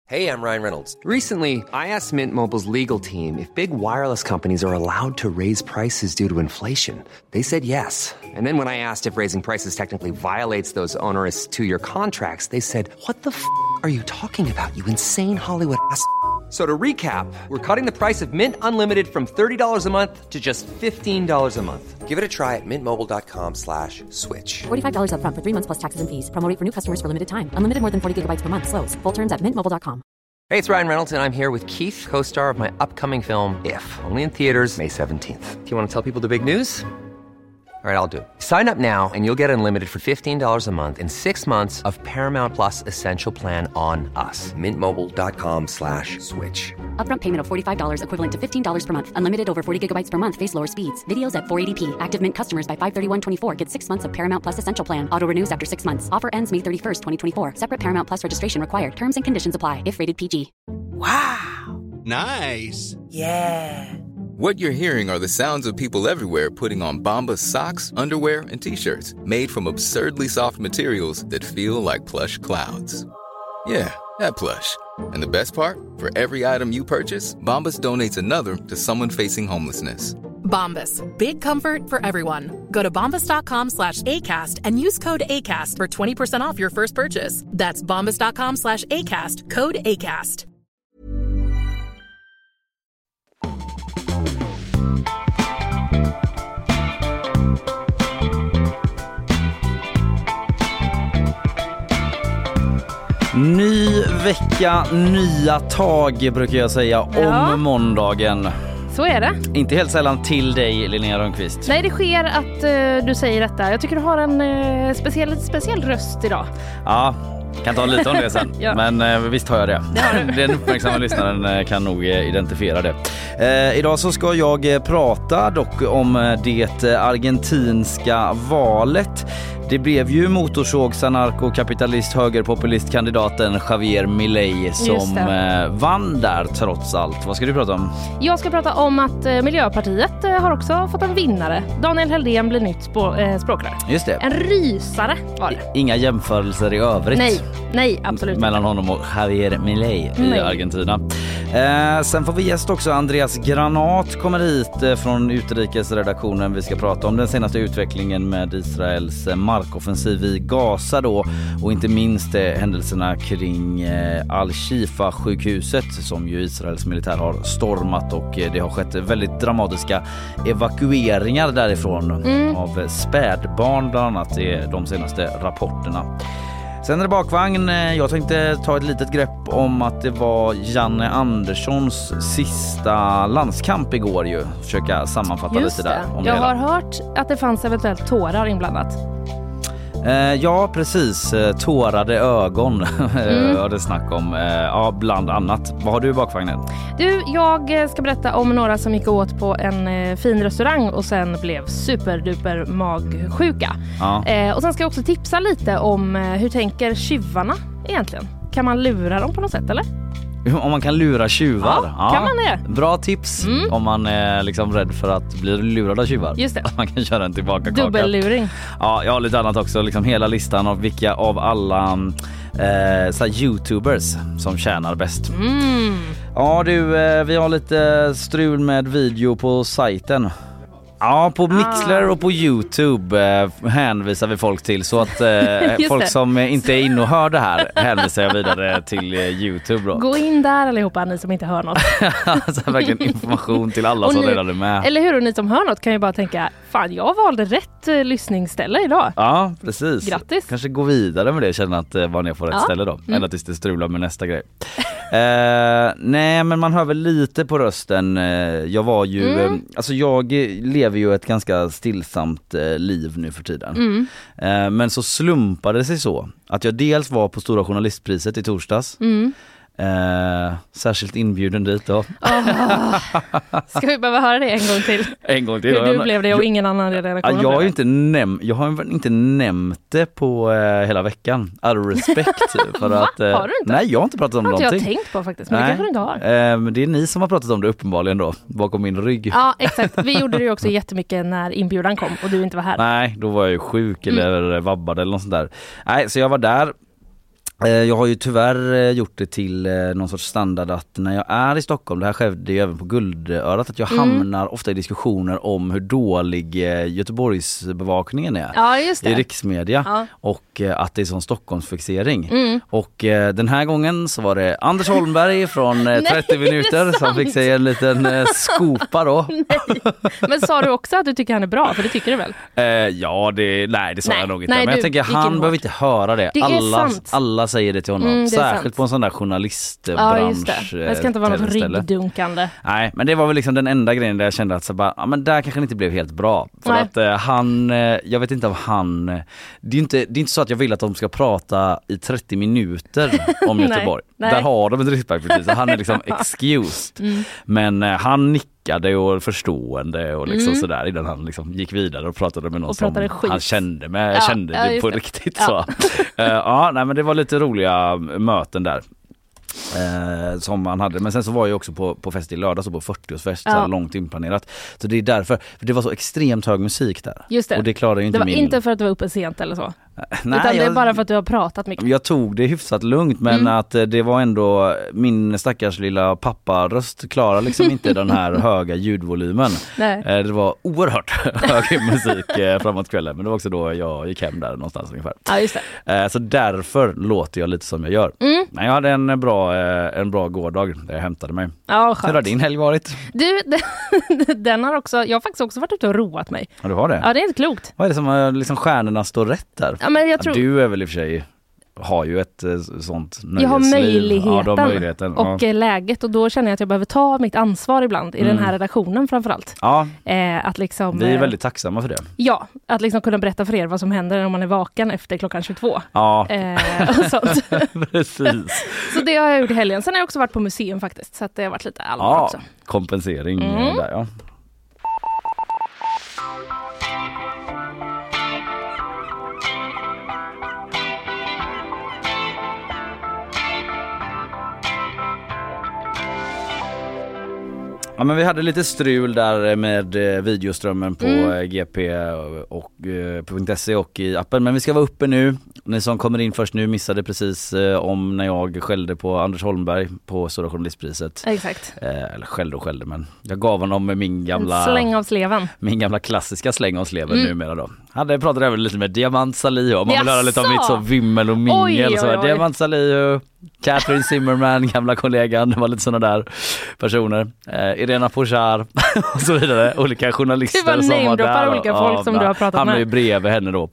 Hey, I'm Ryan Reynolds. Recently, I asked Mint Mobile's legal team if big wireless companies are allowed to raise prices due to inflation. They said yes. And then when I asked if raising prices technically violates those onerous two-year contracts, they said, "What the f*** are you talking about, you insane Hollywood ass?" So to recap, we're cutting the price of Mint Unlimited from $30 a month to just $15 a month. Give it a try at mintmobile.com/switch. $45 up front for 3 months plus taxes and fees. Promo rate for new customers for limited time. Unlimited more than 40 gigabytes per month. Slows full terms at mintmobile.com. Hey, it's Ryan Reynolds, and I'm here with Keith, co-star of my upcoming film, If, only in theaters May 17th. Do you want to tell people the big news? All right, I'll do it. Sign up now and you'll get unlimited for $15 a month and 6 months of Paramount Plus Essential Plan on us. Mintmobile.com/switch. Upfront payment of $45 equivalent to $15 per month. Unlimited over 40 gigabytes per month. Face lower speeds. Videos at 480p. Active Mint customers by 531.24 get 6 months of Paramount Plus Essential Plan. Auto renews after 6 months. Offer ends May 31st, 2024. Separate Paramount Plus registration required. Terms and conditions apply if rated PG. Wow. Nice. Yeah. What you're hearing are the sounds of people everywhere putting on Bombas socks, underwear, and T-shirts made from absurdly soft materials that feel like plush clouds. Yeah, that plush. And the best part? For every item you purchase, Bombas donates another to someone facing homelessness. Bombas. Big comfort for everyone. Go to bombas.com/ACAST and use code ACAST for 20% off your first purchase. That's bombas.com/ACAST. Code ACAST. Ny vecka, nya tag brukar jag säga om måndagen. Så är det. Inte helt sällan till dig, Linnea Rönnqvist. Nej, det sker att du säger detta. Jag tycker du har en speciell röst idag. Ja, kan ta lite om det sen. Ja. Men visst har jag det. Den uppmärksamma lyssnaren kan nog identifiera det. Idag så ska jag prata dock om det argentinska valet. Det blev ju motorsågs-, anarkokapitalist, högerpopulistkandidaten Javier Milei som vann där trots allt. Vad ska du prata om? Jag ska prata om att Miljöpartiet har också fått en vinnare. Daniel Heldén blir nytt språkrör. Just det. En rysare var det. Inga jämförelser i övrigt. Nej, absolut. Mellan honom och Javier Milei i Argentina. Sen får vi gäst också. Andreas Granat kommer hit från utrikesredaktionen. Vi ska prata om den senaste utvecklingen med Israels markoffensiv i Gaza då, och inte minst händelserna kring Al-Shifa-sjukhuset som ju Israels militär har stormat, och det har skett väldigt dramatiska evakueringar därifrån av spädbarn bland annat i de senaste rapporterna. Sen är det bakvagn. Jag tänkte ta ett litet grepp om att det var Janne Anderssons sista landskamp igår ju. Försöka sammanfatta lite där. Jag har hört att det fanns eventuellt tårar inblandat. Ja, precis. Tårade ögon var det snack om. Ja, bland annat. Vad har du i bakvagnen? Du, jag ska berätta om några som gick åt på en fin restaurang och sen blev superduper magsjuka. Ja. Och sen ska jag också tipsa lite om hur tänker tjuvarna egentligen? Kan man lura dem på något sätt, eller? Om man kan lura tjuvar? Ja, kan man det? Bra tips om man är liksom rädd för att bli lurad av tjuvar. Just det. Man kan köra en tillbaka-kaka. Dubbelluring. Ja, jag har lite annat också. Liksom hela listan av vilka av alla YouTubers som tjänar bäst. Ja du, vi har lite strul med video på sajten. Ja, på Mixler och på YouTube hänvisar vi folk till, så att folk som inte är inne och hör det här hänvisar jag vidare till YouTube då. Gå in där allihopa, ni som inte hör något. Alltså verkligen information till alla som redan är med. Eller hur, och ni som hör något kan ju bara tänka, fan jag valde rätt lyssningsställe idag. Ja, precis. Grattis. Kanske gå vidare med det, känna att var ni på rätt ställe då. Ända tills det strular med nästa grej. Nej, men man hör väl lite på rösten. Jag var ju, alltså jag lever ju ett ganska stillsamt liv nu för tiden. Men så slumpade det sig så att jag dels var på Stora Journalistpriset i torsdags. Särskilt inbjuden dit då. Ska vi behöva höra det en gång till? En gång till. Hur du blev det och ingen annan i redaktionen? Jag har ju inte nämnt det på hela veckan. All respect för att har du inte? Nej, jag har inte pratat om någonting. Jag har tänkt på faktiskt, men det kanske du inte har. Men det är ni som har pratat om det uppenbarligen då, bakom min rygg. Ja, exakt. Vi gjorde det ju också jättemycket när inbjudan kom och du inte var här. Nej, då var jag ju sjuk eller vabbad eller något sånt där. Nej, så jag var där. Jag har ju tyvärr gjort det till någon sorts standard att när jag är i Stockholm, det här skedde ju även på Guldörat, att jag hamnar ofta i diskussioner om hur dålig Göteborgsbevakningen är. Ja, just det. I riksmedia och att det är sån Stockholmsfixering. Och den här gången så var det Anders Holmberg från 30 minuter som fick sig en liten skopa då. Nej. Men sa du också att du tycker han är bra? För det tycker du väl? Det sa jag nog inte. Men jag tänker han behöver inte höra det. Alla säger det till honom. Särskilt på en sån där journalistbransch. Ja, just det. Det ska inte vara något ryggdunkande. Nej, men det var väl liksom den enda grejen där jag kände att så bara, men där kanske det inte blev helt bra. För att han, jag vet inte om han, det är inte så att jag vill att de ska prata i 30 minuter om Göteborg. Nej. Där har de ett riksperspektiv, så han är liksom excused. Men han nickade och förstående och liksom sådär innan han liksom gick vidare och pratade med någon som han kände det på riktigt. Så. Nej, men det var lite roliga möten där. Som han hade, men sen så var jag också på fest i lördag, så på 40-årsfest så långt inplanerat, så det är därför, för det var så extremt hög musik där. Just det. Och det klarade ju inte det var inte för att du var uppe sent eller så. Nej, utan det är bara för att du har pratat mycket. Jag tog det hyfsat lugnt, men att det var ändå min stackars lilla papparöst klarar liksom inte den här höga ljudvolymen. Nej. Det var oerhört hög musik framåt kvällen, men det var också då jag gick hem där någonstans ungefär. Ja, just det. Så därför låter jag lite som jag gör. Men jag hade en bra gårdag där jag hämtade mig. Ja, skönt. Hur har din helg varit? Du, den har också, jag har faktiskt också varit ute och roat mig. Ja, du har det? Ja, det är inte klokt. Vad är det som liksom stjärnorna står rätt där? Ja, men jag tror... Du är väl i och för sig, har ju ett sånt nöjesliv. Jag har möjligheten och läget, och då känner jag att jag behöver ta mitt ansvar ibland i den här redaktionen framförallt. Ja, att liksom, vi är väldigt tacksamma för det. Ja, att liksom kunna berätta för er vad som händer när man är vaken efter klockan 22. Ja, och sånt. Precis. Så det har jag gjort i helgen. Sen har jag också varit på museum faktiskt, så att det har varit lite allvar också. Kompensering där, ja. Ja, men vi hade lite strul där med videoströmmen på GP och .se och i appen. Men vi ska vara uppe nu. Ni som kommer in först nu missade precis om när jag skällde på Anders Holmberg på Stora Journalistpriset. Exakt. Eller skällde, men jag gav honom min gamla... släng av sleven. Min gamla klassiska släng av sleven numera då. Hade pratat även lite med Diamant Salihu. Om man vill höra lite om mitt så vimmel och mingel. Oj. Diamant Salihu, Catherine Zimmerman, gamla kollegan. Det var lite sådana där personer. Irena Pochar och så vidare. Olika journalister som var där. Olika folk som du har pratat med. Han är ju bredvid henne då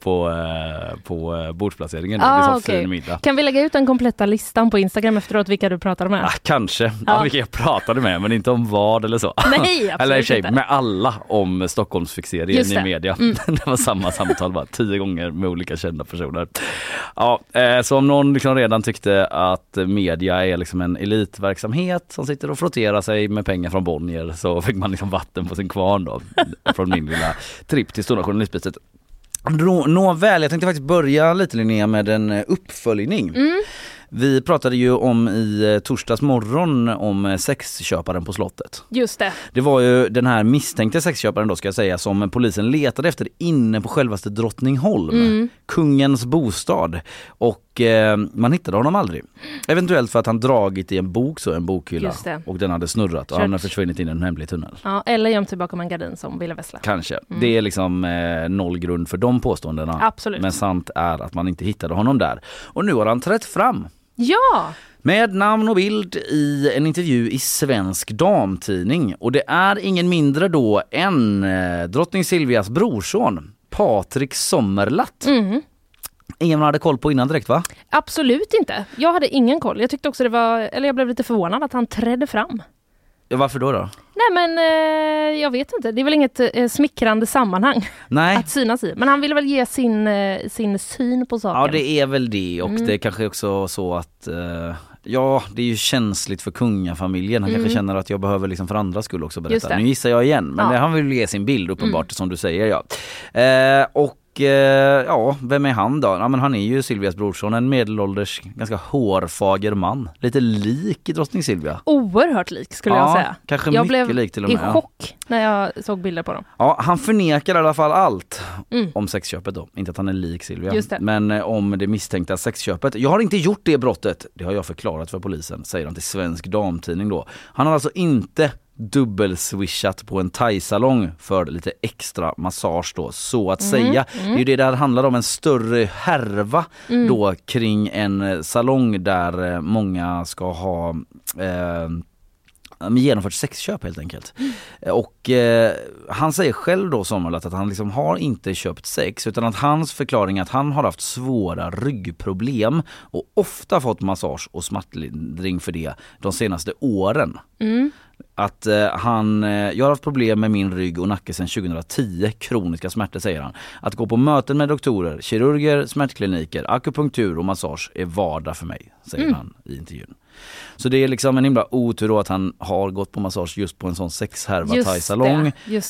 på bordsplaceringen. Okay. Kan vi lägga ut den kompletta listan på Instagram efteråt vilka du pratade med? Kanske. Ja, vilka jag pratade med, men inte om vad eller så. Nej, absolut eller med alla om Stockholmsfixeringen i media. Det var samma samtal bara 10 gånger med olika kända personer. Ja, så om någon liksom redan tyckte att media är liksom en elitverksamhet som sitter och frotterar sig med pengar från Bonnier, så fick man liksom vatten på sin kvarn då från min lilla tripp till Stora Journalistpriset. Nåväl, jag tänkte faktiskt börja lite, Linnea, med en uppföljning. Vi pratade ju om i torsdags morgon om sexköparen på slottet. Just det. Det var ju den här misstänkte sexköparen då, ska jag säga, som polisen letade efter inne på självaste Drottningholm. Kungens bostad. Och man hittade honom aldrig. Eventuellt för att han dragit i en bokhylla. Och den hade snurrat och han hade försvunnit in i en hemlig tunnel. Ja, eller gömt sig bakom en gardin som ville vässla. Kanske. Det är liksom noll grund för de påståendena. Absolut. Men sant är att man inte hittade honom där. Och nu har han trätt fram. Ja! Med namn och bild i en intervju i Svensk Damtidning. Och det är ingen mindre då än drottning Silvias brorson, Patrik Sommerlath. Ingen hade koll på innan direkt, va? Absolut inte. Jag hade ingen koll. Jag tyckte också jag blev lite förvånad att han trädde fram. Varför då? Nej, men jag vet inte. Det är väl inget smickrande sammanhang att synas i. Men han ville väl ge sin syn på saken. Ja, det är väl det. Och det är kanske också så att det är ju känsligt för kungafamiljen. Han kanske känner att jag behöver liksom för andra skull också berätta. Nu gissar jag igen. Men han vill ge sin bild uppenbart, som du säger. Och vem är han då? Ja, men han är ju Silvias brorson, en medelålders, ganska hårfager man. Lite lik i drottning Silvia. Oerhört lik skulle jag säga. Kanske jag mycket lik till och med. Jag blev i chock när jag såg bilder på dem. Ja, han förnekar i alla fall allt om sexköpet då. Inte att han är lik Silvia, men om det misstänkta sexköpet. Jag har inte gjort det brottet, det har jag förklarat för polisen, säger han till Svensk Damtidning då. Han har alltså inte dubbelswishat på en thai-salong för lite extra massage då, så att säga. Det är ju det där handlar om, en större härva då kring en salong där många ska ha genomfört sexköp helt enkelt. Och han säger själv då att han liksom har inte köpt sex, utan att hans förklaring är att han har haft svåra ryggproblem och ofta fått massage och smärtlindring för det de senaste åren. Att jag har haft problem med min rygg och nacke sedan 2010, kroniska smärtor, säger han. Att gå på möten med doktorer, kirurger, smärtkliniker, akupunktur och massage är vardag för mig, säger han i intervjun. Så det är liksom en himla otur då att han har gått på massage just på en sån sexhärva thai-salong.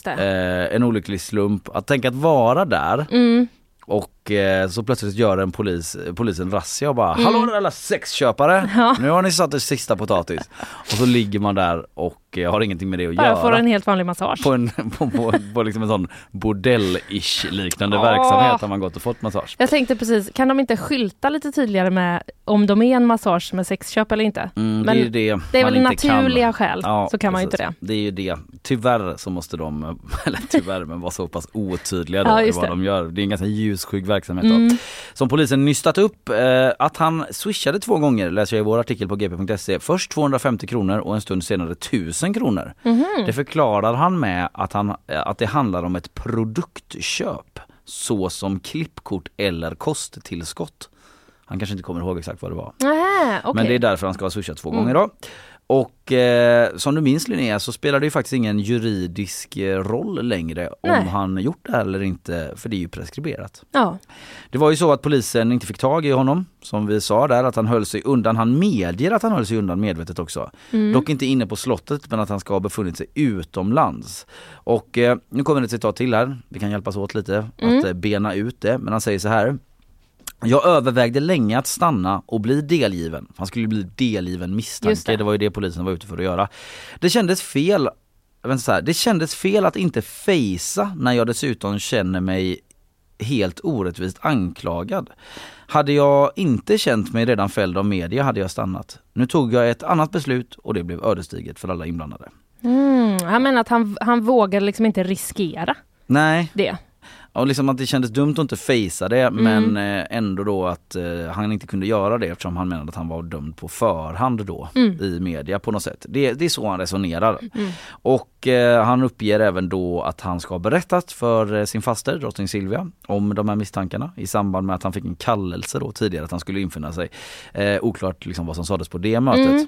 En olycklig slump. Att tänka att vara där och så plötsligt gör polisen razzia och bara hallå alla sexköpare, nu har ni satt det sista potatis. Och så ligger man där och har ingenting med det att göra. Jag får en helt vanlig massage. På liksom en sån bordell-ish liknande verksamhet har man gått och fått massage. Jag tänkte precis, kan de inte skylta lite tydligare med om de är en massage med sexköp eller inte? Men det är väl naturliga skäl, så kan man ju inte det. Det är ju det. Tyvärr så måste de, eller tyvärr, men vara så pass otydliga då i vad de gör. Det är en ganska ljusskygg verksamhet då. Som polisen nystat upp att han swishade 2 gånger, läser jag i vår artikel på gp.se. Först 250 kronor och en stund senare 1000 kronor. Det förklarar han med att det handlar om ett produktköp, så som klippkort eller kosttillskott. Han kanske inte kommer ihåg exakt vad det var. Men det är därför han ska ha swishat 2 gånger då. Och som du minns, Linnea, så spelar det ju faktiskt ingen juridisk roll längre om han gjort det eller inte, för det är ju preskriberat. Ja. Det var ju så att polisen inte fick tag i honom, som vi sa där, att han höll sig undan. Han medger att han höll sig undan medvetet också. Dock inte inne på slottet, men att han ska ha befunnit sig utomlands. Och nu kommer det ett citat till här. Vi kan hjälpas åt lite att bena ut det, men han säger så här: jag övervägde länge att stanna och bli delgiven. Han skulle bli delgiven misstanke. Det var ju det polisen var ute för att göra. Det kändes fel att inte fejsa när jag dessutom känner mig helt orättvist anklagad. Hade jag inte känt mig redan fälld av media hade jag stannat. Nu tog jag ett annat beslut och det blev ödesdigert för alla inblandade. Han menar att han vågar liksom inte riskera det. Och liksom att det kändes dumt att inte fejsa det, men ändå då att han inte kunde göra det eftersom han menade att han var dömd på förhand då i media på något sätt. Det är så han resonerar. Och han uppger även då att han ska ha berättat för sin faster, drottning Silvia, om de här misstankarna i samband med att han fick en kallelse då tidigare att han skulle infinna sig. Oklart liksom vad som sades på det mötet.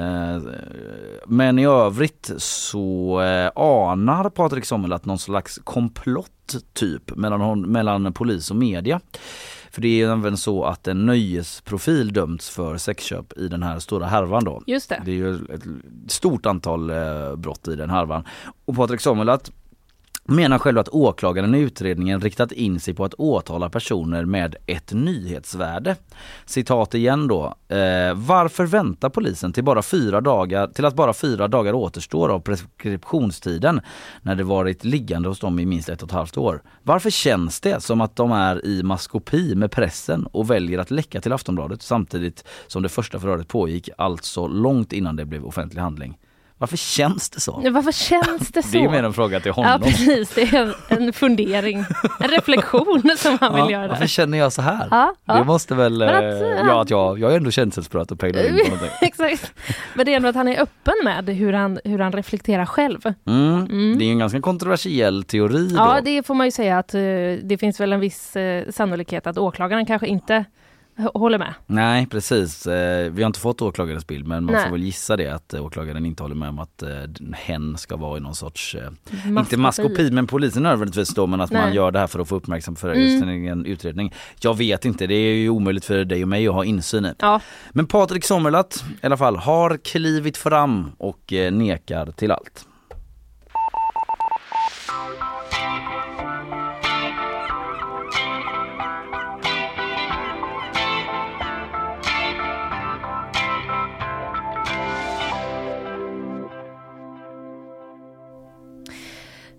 Men i övrigt så anar Patrik Sommerlath någon slags komplott typ mellan polis och media. För det är ju även så att en nöjesprofil dömts för sexköp i den här stora härvan då. Just det. Det är ju ett stort antal brott i den härvan. Och Patrik Sommerlath menar själv att åklagaren i utredningen riktat in sig på att åtala personer med ett nyhetsvärde. Citat igen då. Varför väntar polisen till att bara 4 dagar återstår av preskriptionstiden när det varit liggande hos dem i minst 1,5 år? Varför känns det som att de är i maskopi med pressen och väljer att läcka till Aftonbladet samtidigt som det första förhöret pågick, alltså långt innan det blev offentlig handling? Varför känns det så? Varför känns det så? Det är mer en fråga till honom. Ja, precis. Det är en fundering. En reflektion som han vill göra. Varför känner jag så här? Det måste väl... jag är ändå känselspröt och peglar in på någonting. Exakt. Men det är ändå att han är öppen med hur han reflekterar själv. Det är en ganska kontroversiell teori då. Ja, det får man ju säga att det finns väl en viss sannolikhet att åklagaren kanske inte håller med. Nej, precis. Vi har inte fått åklagarens bild, men man får väl gissa det att åklagaren inte håller med om att hen ska vara i någon sorts inte maskopi, men polisen nödvändigtvis då, men att man gör det här för att få uppmärksamhet för just en utredning. Jag vet inte, det är ju omöjligt för dig och mig att ha insyn i. Ja. Men Patrik Sommerlath i alla fall har klivit fram och nekar till allt.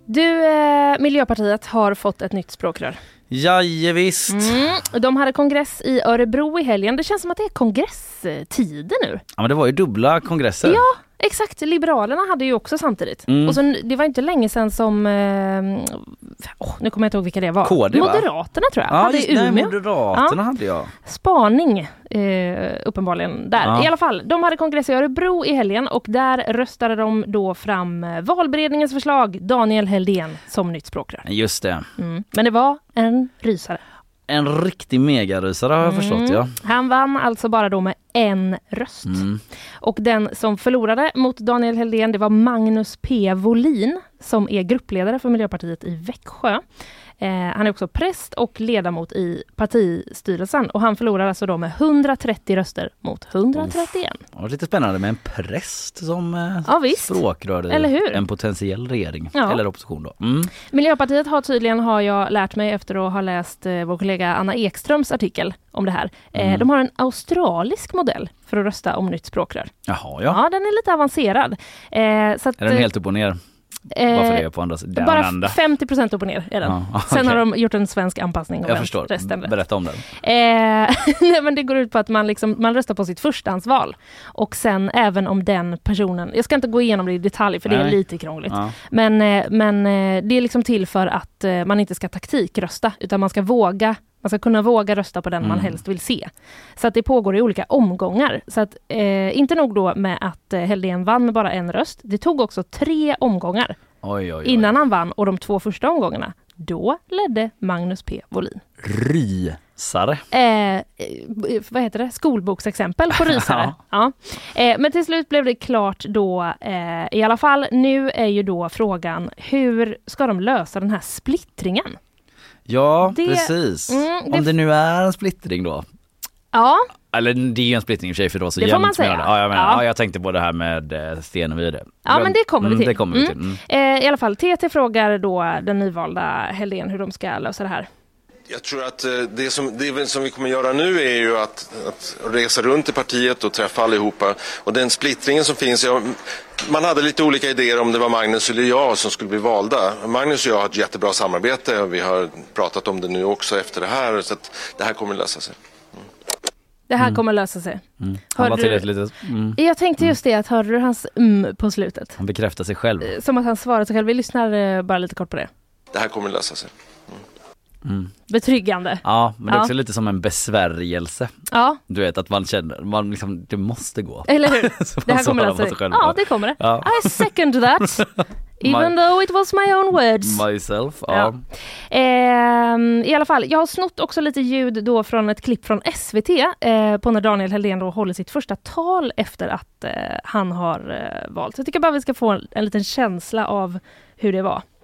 Du, Miljöpartiet har fått ett nytt språkrör. Jajevisst. De hade kongress i Örebro i helgen. Det känns som att det är kongresstider nu. Ja, men det var ju dubbla kongresser. Ja, exakt. Liberalerna hade ju också samtidigt. Och så, det var inte länge sedan som... nu kommer jag inte ihåg vilka det var. KD, Moderaterna tror jag. Ja, hade just, Umeå. Moderaterna hade jag. Spaning uppenbarligen där. Ja. I alla fall, de hade kongress i Örebro i helgen och där röstade de då fram valberedningens förslag, Daniel Heldén som nytt språkrör. Just det. Men det var en rysare. En riktig megarysare har jag förstått, ja. Han vann alltså bara då med en röst. Och den som förlorade mot Daniel Heldén, det var Magnus P. Volin som är gruppledare för Miljöpartiet i Växjö. Han är också präst och ledamot i partistyrelsen och han förlorar alltså då med 130 röster mot 131. Det var lite spännande med en präst som språkrör eller hur? En potentiell regering eller opposition då. Miljöpartiet har tydligen, har jag lärt mig efter att ha läst vår kollega Anna Ekströms artikel om det här. De har en australisk modell för att rösta om nytt språkrör. Jaha, ja. Ja, den är lite avancerad. Så att, är den helt upp och ner? Varför det är på andra sidan? Bara 50% upp och ner är den. Okay. Sen har de gjort en svensk anpassning. Jag förstår. Resten. Berätta om den. Nej, men det går ut på att man röstar på sitt förstahandsval. Och sen även om den personen... Jag ska inte gå igenom det i detalj för det är lite krångligt. Ja. Men det är liksom till för att man inte ska taktikrösta utan man ska kunna våga rösta på den man helst vill se. Så att det pågår i olika omgångar. Så att inte nog då med att Heldén vann med bara en röst. Det tog också 3 omgångar innan han vann. Och de 2 första omgångarna, då ledde Magnus P. Volin. Rysare. Vad heter det? Skolboksexempel på rysare. Ja. Men till slut blev det klart då i alla fall. Nu är ju då frågan, hur ska de lösa den här splittringen? Ja, precis. Om det nu är en splittring då. Ja. Eller det är ju en splittring i och för sig för det var så jämnt. Det får man säga. Jag tänkte på det här med Stenevi. Ja, men det kommer vi till. Det kommer vi till. I alla fall, TT frågar då den nyvalda Heldén hur de ska lösa det här. Jag tror att det som vi kommer göra nu är ju att resa runt i partiet och träffa allihopa. Och den splittringen som finns, man hade lite olika idéer om det var Magnus eller jag som skulle bli valda. Magnus och jag har ett jättebra samarbete och vi har pratat om det nu också efter det här. Så att det här kommer lösa sig. Det här kommer lösa sig. Han var tillräckligt. Jag tänkte just det, att hörde du hans på slutet? Han bekräftar sig själv. Som att han svarade sig själv. Vi lyssnar bara lite kort på det. Det här kommer lösa sig. Betryggande. Ja, men det är också lite som en besvärjelse. Ja. Du vet att man känner, liksom, det måste gå. Eller hur? Det här kommer lösa sig. Ja, det kommer det. Ja. I second that. Even though it was my own words. Myself, I alla fall, jag har snott också lite ljud då från ett klipp från SVT på när Daniel Heldén då håller sitt första tal efter att han har valt. Så jag tycker bara vi ska få en liten känsla av hur det var.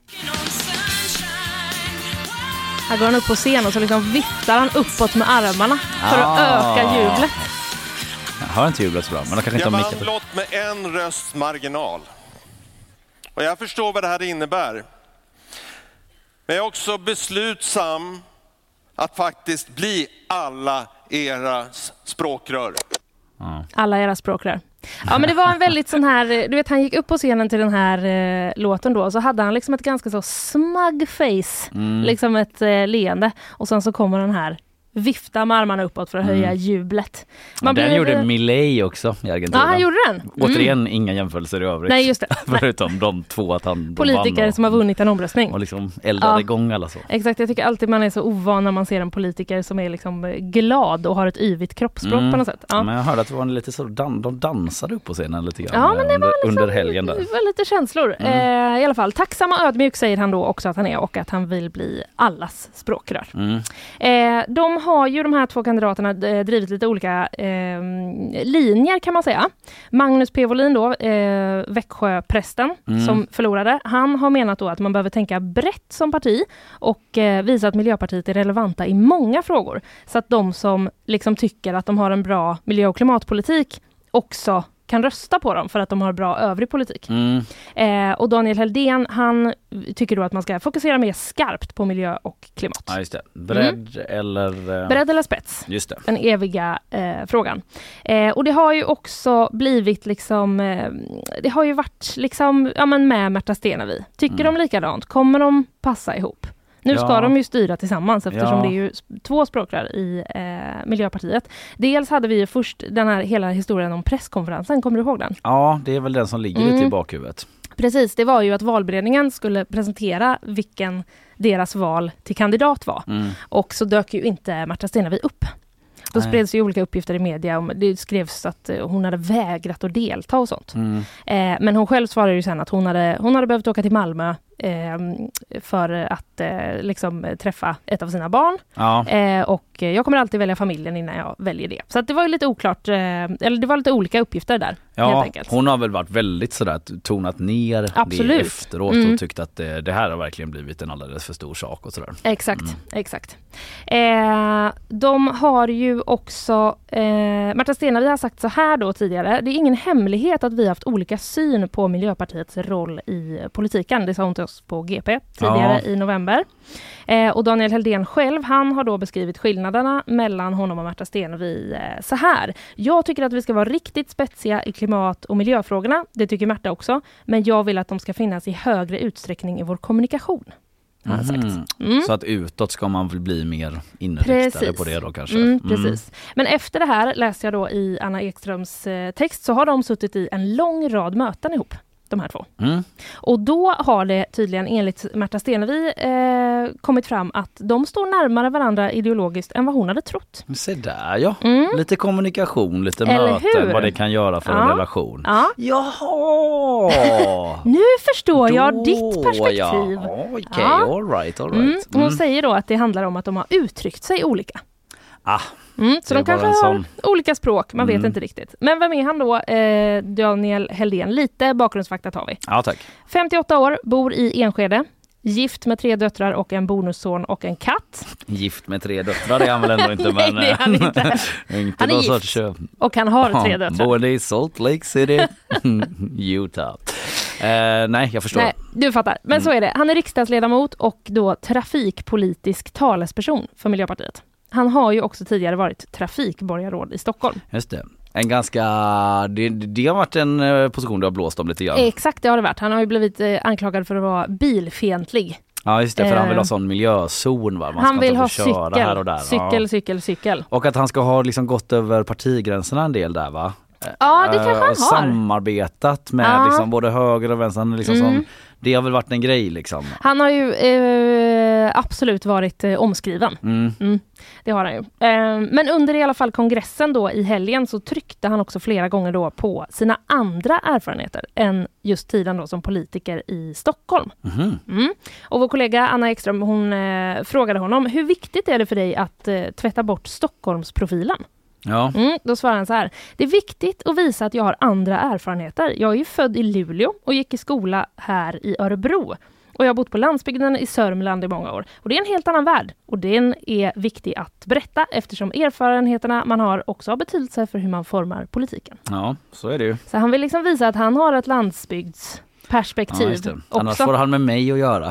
Här går han upp på scen och så liksom viftar han uppåt med armarna för att öka jublet. Jag har inte jublat så bra, men jag kanske inte har mickat. Jag vann blott med en rösts marginal. Och jag förstår vad det här innebär. Men jag är också beslutsam att faktiskt bli alla era språkrör. Alla era språkrör. Ja, men det var en väldigt sån här, du vet, han gick upp på scenen till den här låten då, så hade han liksom ett ganska så smug face, liksom ett leende, och sen så kommer den här vifta med armarna uppåt för att höja jublet. Den gjorde Milei också i Argentina. Ja, han gjorde den. Återigen inga jämförelser i övrigt. Nej, just det. Förutom de två att han politiker som har vunnit en omröstning. Och liksom eldade igång alla så. Exakt, jag tycker alltid man är så ovan när man ser en politiker som är liksom glad och har ett yvigt kroppsspråk på något sätt. Ja. Men jag hörde att det var lite så, de dansade upp på scenen lite grann. Ja, men det var liksom, under helgen där. Det var lite känslor. I alla fall, tacksam och ödmjuk säger han då också att han är, och att han vill bli allas språkrör. De har ju, de här två kandidaterna, drivit lite olika linjer kan man säga. Magnus P. Volin då, Växjöprästen som förlorade, han har menat då att man behöver tänka brett som parti och visa att Miljöpartiet är relevanta i många frågor. Så att de som liksom tycker att de har en bra miljö- och klimatpolitik också kan rösta på dem för att de har bra övrig politik. Och Daniel Helldén, han tycker då att man ska fokusera mer skarpt på miljö och klimat. Ja, just det. Bredd eller spets. Just det. Den eviga frågan. Och det har ju också blivit liksom, det har ju varit liksom, ja men med Märta Stenevi. Tycker de likadant? Kommer de passa ihop? Nu ska de ju styra tillsammans eftersom det är ju 2 språkrör i Miljöpartiet. Dels hade vi ju först den här hela historien om presskonferensen, kommer du ihåg den? Ja, det är väl den som ligger lite i bakhuvudet. Precis, det var ju att valberedningen skulle presentera vilken deras val till kandidat var. Och så dök ju inte Märta Stenevi upp. Då spreds ju olika uppgifter i media om, det skrevs att hon hade vägrat att delta och sånt. Men hon själv svarade ju sen att hon hade behövt åka till Malmö för att liksom träffa ett av sina barn. Och jag kommer alltid välja familjen innan jag väljer det. Så att det var ju lite oklart, eller det var lite olika uppgifter där. Helt enkelt. Hon har väl varit väldigt sådär tonat ner det efteråt och tyckt att det här har verkligen blivit en alldeles för stor sak och sådär. Exakt. De har ju också Märta Stenevi har sagt så här då tidigare: det är ingen hemlighet att vi har haft olika syn på Miljöpartiets roll i politiken. Det sa hon till oss på GP tidigare i november. Och Daniel Helldén själv, han har då beskrivit skillnaderna mellan honom och Märta Stenevi så här: jag tycker att vi ska vara riktigt spetsiga i klimat- och miljöfrågorna. Det tycker Märta också. Men jag vill att de ska finnas i högre utsträckning i vår kommunikation. Så att utåt ska man väl bli mer inriktade på det då kanske. Precis. Men efter det här läste jag då i Anna Ekströms text, så har de suttit i en lång rad möten ihop, de här 2. Och då har det tydligen enligt Märta Stenevi kommit fram att de står närmare varandra ideologiskt än vad hon hade trott. Se där lite kommunikation, lite möten, vad det kan göra för en relation. Jaha! Nu förstår jag ditt perspektiv. Okej, all right. Hon säger då att det handlar om att de har uttryckt sig olika. Så de kanske har olika språk, man vet inte riktigt. Men vem är han då? Daniel Helldén. Lite bakgrundsfakta tar vi. Ja, tack. 58 år, bor i Enskede. Gift med 3 döttrar och en bonusson och en katt. Gift med 3 döttrar, det är han väl ändå inte. Men nej, det är han inte. inte han är gift och han har 3 döttrar. Boende i Salt Lake City, Utah. Nej, jag förstår. Nej, du fattar. Men så är det. Han är riksdagsledamot och då trafikpolitisk talesperson för Miljöpartiet. Han har ju också tidigare varit trafikborgarråd i Stockholm. Just det. En ganska... Det har varit en position du har blåst om lite grann. Exakt, det har det varit. Han har ju blivit anklagad för att vara bilfientlig. Ja, just det. För han vill ha sån miljözon, va? Man han vill ha köra här och där. Cykel. Och att han ska ha liksom gått över partigränserna en del där, va? Ja, det kanske han har. Samarbetat med liksom både höger och vänster. Liksom det har väl varit en grej liksom. Han har ju absolut varit omskriven. Det har han ju. Men under i alla fall kongressen då i helgen så tryckte han också flera gånger då på sina andra erfarenheter än just tiden då som politiker i Stockholm. Och vår kollega Anna Ekström, hon frågade honom: hur viktigt är det för dig att tvätta bort Stockholmsprofilen? Ja. Då svarar han så här: det är viktigt att visa att jag har andra erfarenheter. Jag är ju född i Luleå och gick i skola här i Örebro. Och jag har bott på landsbygden i Sörmland i många år. Och det är en helt annan värld. Och den är viktig att berätta eftersom erfarenheterna man har också har betydelse för hur man formar politiken. Ja, så är det ju. Så han vill liksom visa att han har ett landsbygdsperspektiv också. Annars får han med mig att göra.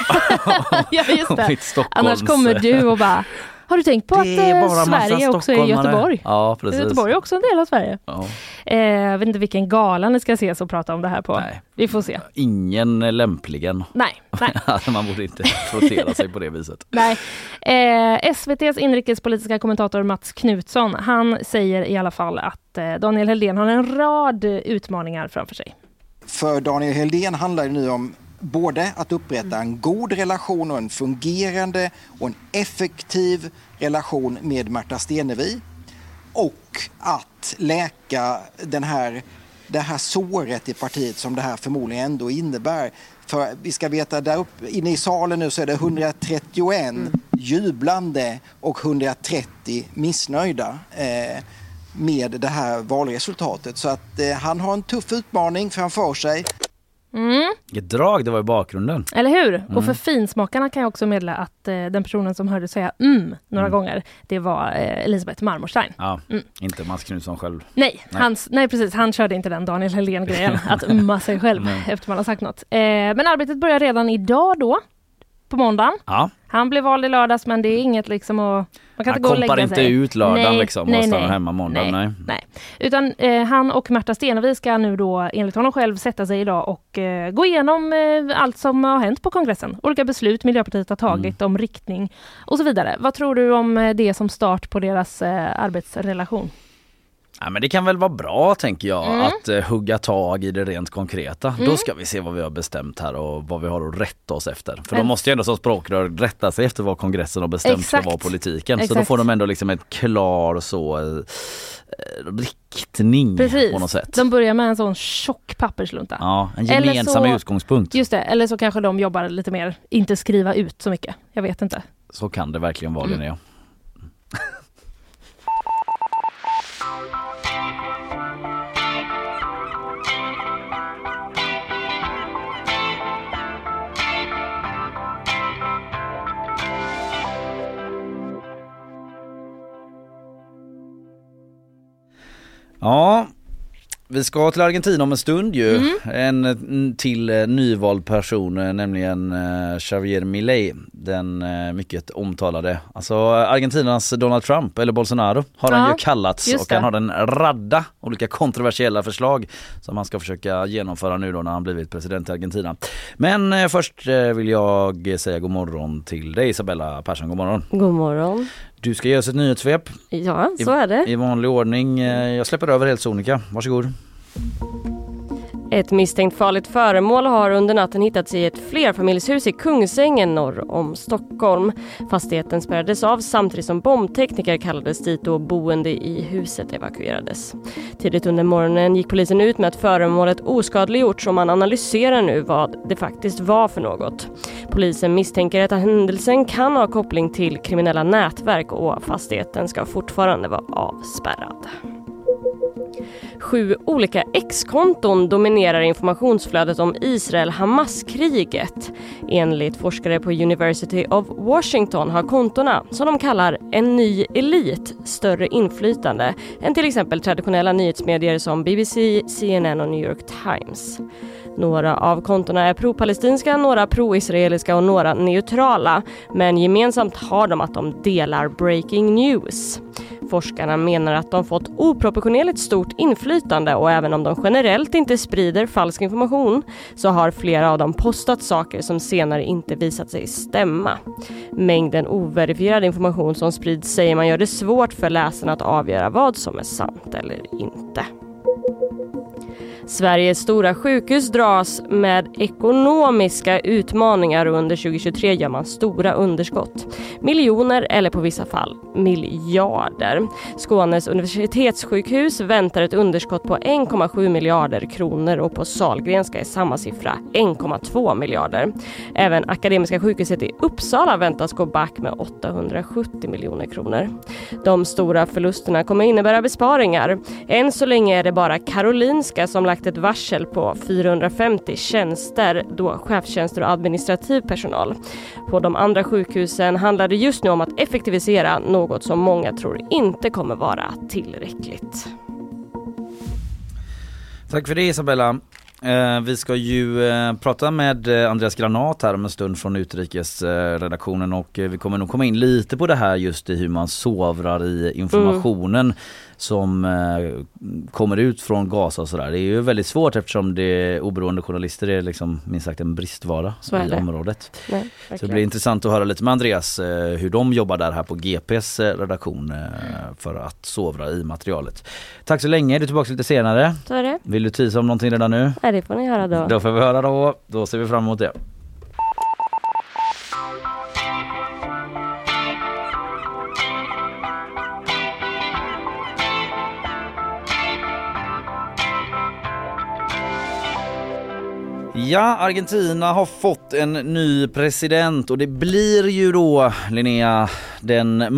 Ja, just det. Annars kommer du och bara... Har du tänkt på att Sverige också är Göteborg? Ja, precis. Göteborg är också en del av Sverige. Ja. Jag vet inte vilken gala ni ska ses och prata om det här på. Nej. Vi får se. Ingen lämpligen. Nej. Man borde inte frottera sig på det viset. Nej. SVT:s inrikespolitiska kommentator Mats Knutsson, han säger i alla fall att Daniel Helldén har en rad utmaningar framför sig. För Daniel Helldén handlar det nu om både att upprätta en god relation och en fungerande och en effektiv relation med Märta Stenevi och att läka det här såret i partiet som det här förmodligen ändå innebär. För vi ska veta, där uppe inne i salen nu så är det 131 jublande och 130 missnöjda med det här valresultatet. Så att han har en tuff utmaning framför sig. Ett drag, det var i bakgrunden. Eller hur? Och för finsmakarna kan jag också meddela att den personen som hörde säga några gånger, det var Elisabeth Marmorstein. Ja, inte Mats Knutsson själv. Nej, precis. Han körde inte den Daniel Helén-grejen att sig själv efter man har sagt något. Men arbetet börjar redan idag då, på måndagen. Ja. Han blev vald i lördags, men det är inget liksom att... Man kan inte gå och lägga sig. Han kompar inte ut lördagen och stannar hemma måndagen. Nej. Utan han och Märta Stenevi ska nu då enligt honom själv sätta sig idag och gå igenom allt som har hänt på kongressen. Olika beslut Miljöpartiet har tagit om riktning och så vidare. Vad tror du om det som start på deras arbetsrelation? Ja, men det kan väl vara bra, tänker jag, att hugga tag i det rent konkreta. Då ska vi se vad vi har bestämt här och vad vi har att rätta oss efter. För de måste ju ändå som språkrör rätta sig efter vad kongressen har bestämt ska vara politiken. Så då får de ändå liksom ett klar riktning. Precis. På något sätt. De börjar med en sån tjock papperslunta. Ja, en gemensam utgångspunkt. Just det, eller så kanske de jobbar lite mer, inte skriva ut så mycket. Jag vet inte. Så kan det verkligen vara, Linnea. Ja, vi ska till Argentina om en stund ju. En till nyvald person, nämligen Javier Milei, den mycket omtalade. Alltså Argentinas Donald Trump, eller Bolsonaro, har han ju kallats. Och han har en radda olika kontroversiella förslag som han ska försöka genomföra nu då när han blivit president i Argentina. Men först vill jag säga god morgon till dig, Isabella Persson. God morgon. God morgon. Du ska ge oss ett nyhetssvep. Ja, så är det. I vanlig ordning. Jag släpper över helt sonika. Varsågod. Ett misstänkt farligt föremål har under natten hittats i ett flerfamiljshus i Kungsängen norr om Stockholm. Fastigheten spärrades av samtidigt som bombtekniker kallades dit och boende i huset evakuerades. Tidigt under morgonen gick polisen ut med att föremålet oskadliggjorts och man analyserar nu vad det faktiskt var för något. Polisen misstänker att händelsen kan ha koppling till kriminella nätverk och fastigheten ska fortfarande vara avspärrad. 7 olika ex-konton dominerar informationsflödet om Israel-Hamas-kriget. Enligt forskare på University of Washington har kontona, som de kallar en ny elit, större inflytande än till exempel traditionella nyhetsmedier som BBC, CNN och New York Times. Några av kontona är pro-palestinska, några pro-israeliska och några neutrala. Men gemensamt har de att de delar breaking news. Forskarna menar att de fått oproportionerligt stort inflytande och även om de generellt inte sprider falsk information så har flera av dem postat saker som senare inte visat sig stämma. Mängden overifierad information som sprids säger man gör det svårt för läsarna att avgöra vad som är sant eller inte. Sveriges stora sjukhus dras med ekonomiska utmaningar och under 2023 gör man stora underskott. Miljoner eller på vissa fall miljarder. Skånes universitetssjukhus väntar ett underskott på 1,7 miljarder kronor och på Sahlgrenska är samma siffra 1,2 miljarder. Även Akademiska sjukhuset i Uppsala väntas gå back med 870 miljoner kronor. De stora förlusterna kommer innebära besparingar. Än så länge är det bara Karolinska som lagt ett varsel på 450 tjänster, då chefstjänster och administrativ personal. På de andra sjukhusen handlar det just nu om att effektivisera, något som många tror inte kommer vara tillräckligt. Tack för det, Isabella. Vi ska ju prata med Andreas Granat här om en stund från utrikesredaktionen och vi kommer nog komma in lite på det här just i hur man sovrar i informationen som kommer ut från Gaza och sådär. Det är ju väldigt svårt eftersom det oberoende journalister är liksom minst sagt en bristvara i området. Nej, så det blir intressant att höra lite med Andreas hur de jobbar där här på GPs redaktion för att sovra i materialet. Tack så länge, du är tillbaka lite senare. Så är det. Vill du tisa om någonting redan nu? Nej, det får ni höra då. Då får vi höra då. Då ser vi fram emot det. Ja, Argentina har fått en ny president och det blir ju då, Linnea, den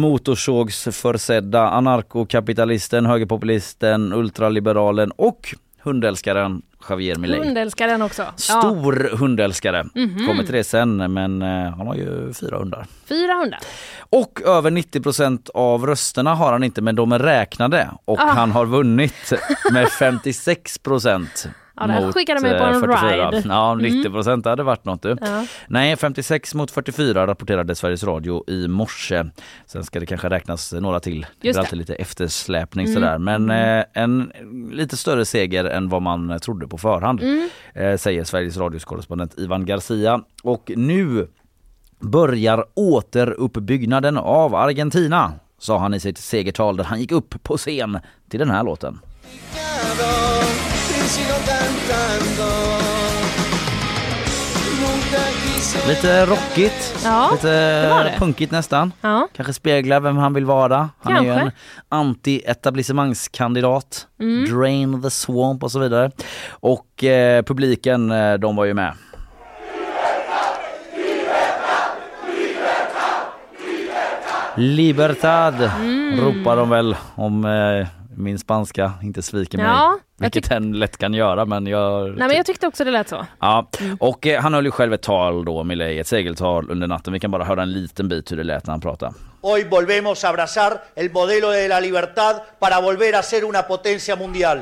motorsågsförsedda anarkokapitalisten, högerpopulisten, ultraliberalen och hundälskaren Javier Milei. Hundälskaren också. Stor hundälskare. Kommer till det sen, men han har ju 4 hundar. 4 hundar. Och över 90% av rösterna har han inte, men de är räknade. Och han har vunnit med 56%. Ja, det skickade mig på en 44. ride. Ja, 90% hade varit något. Ja. Nej, 56 mot 44 rapporterade Sveriges Radio i morse. Sen ska det kanske räknas några till. Det är alltid lite eftersläpning sådär. Men en lite större seger än vad man trodde på förhand, säger Sveriges Radios korrespondent Ivan Garcia. Och nu börjar återuppbyggnaden av Argentina, sa han i sitt segertal där han gick upp på scen till den här låten. Lite rockigt, lite punkigt nästan. Ja. Kanske speglar vem han vill vara. Han är ju en anti-etablissemangskandidat. Drain the swamp och så vidare. Och publiken, de var ju med. Libertad ropar de väl, om min spanska inte sviker mig. Ja, vilket den lätt kan göra, men jag tyckte också det lät så. Ja, och han höll ju själv ett tal då, Milei, ett segeltal under natten. Vi kan bara höra en liten bit hur det lät när han pratade. Hoy volvemos a abrazar el modelo de la libertad para volver a ser una potencia mundial.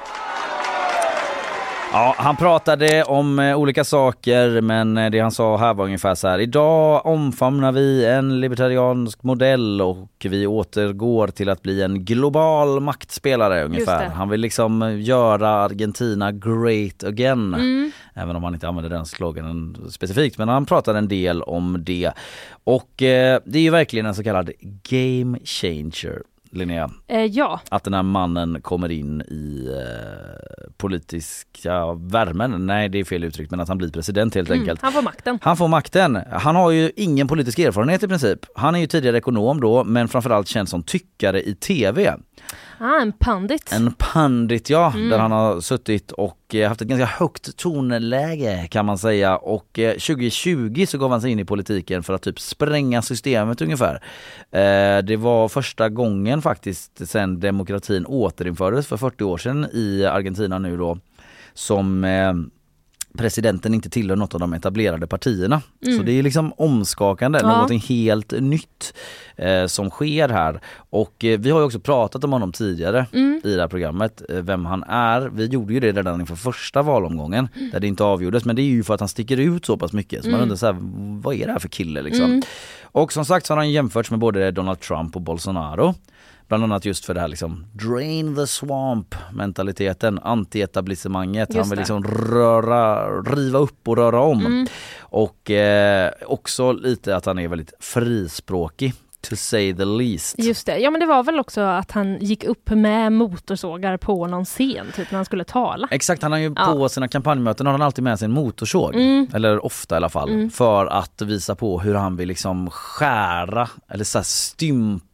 Ja, han pratade om olika saker, men det han sa här var ungefär så här: idag omfamnar vi en libertariansk modell och vi återgår till att bli en global maktspelare ungefär. Han vill liksom göra Argentina great again. Även om han inte använder den sloganen specifikt, men han pratade en del om det. Och det är ju verkligen en så kallad game changer, Linnea. Ja. Att den här mannen kommer in i politiska värmen. Nej, det är fel uttryck, men att han blir president helt enkelt. Han får makten. Han får makten. Han har ju ingen politisk erfarenhet i princip. Han är ju tidigare ekonom då, men framförallt känd som tyckare i tv. En pandit. En pandit, ja. Där han har suttit och haft ett ganska högt tonläge, kan man säga. Och 2020 så gav han sig in i politiken för att typ spränga systemet ungefär. Det var första gången faktiskt sedan demokratin återinfördes för 40 år sedan i Argentina nu då, som presidenten inte tillhör något av de etablerade partierna. Så det är liksom omskakande, någonting helt nytt som sker här. Och vi har ju också pratat om honom tidigare i det här programmet, vem han är. Vi gjorde ju det redan inför första valomgången där det inte avgjordes, men det är ju för att han sticker ut så pass mycket. Så man undrar så här, vad är det här för kille liksom? Och som sagt så har han jämförts med både Donald Trump och Bolsonaro. Bland annat just för det här liksom drain the swamp mentaliteten, anti-etablissemanget. Han vill liksom riva upp och röra om. Och också lite att han är väldigt frispråkig, to say the least. Just det. Ja, men det var väl också att han gick upp med motorsågar på någon scen typ när han skulle tala. Exakt, han har ju på sina kampanjmöten har han alltid med sig en motorsåg. Eller ofta i alla fall. För att visa på hur han vill liksom skära eller så här stympa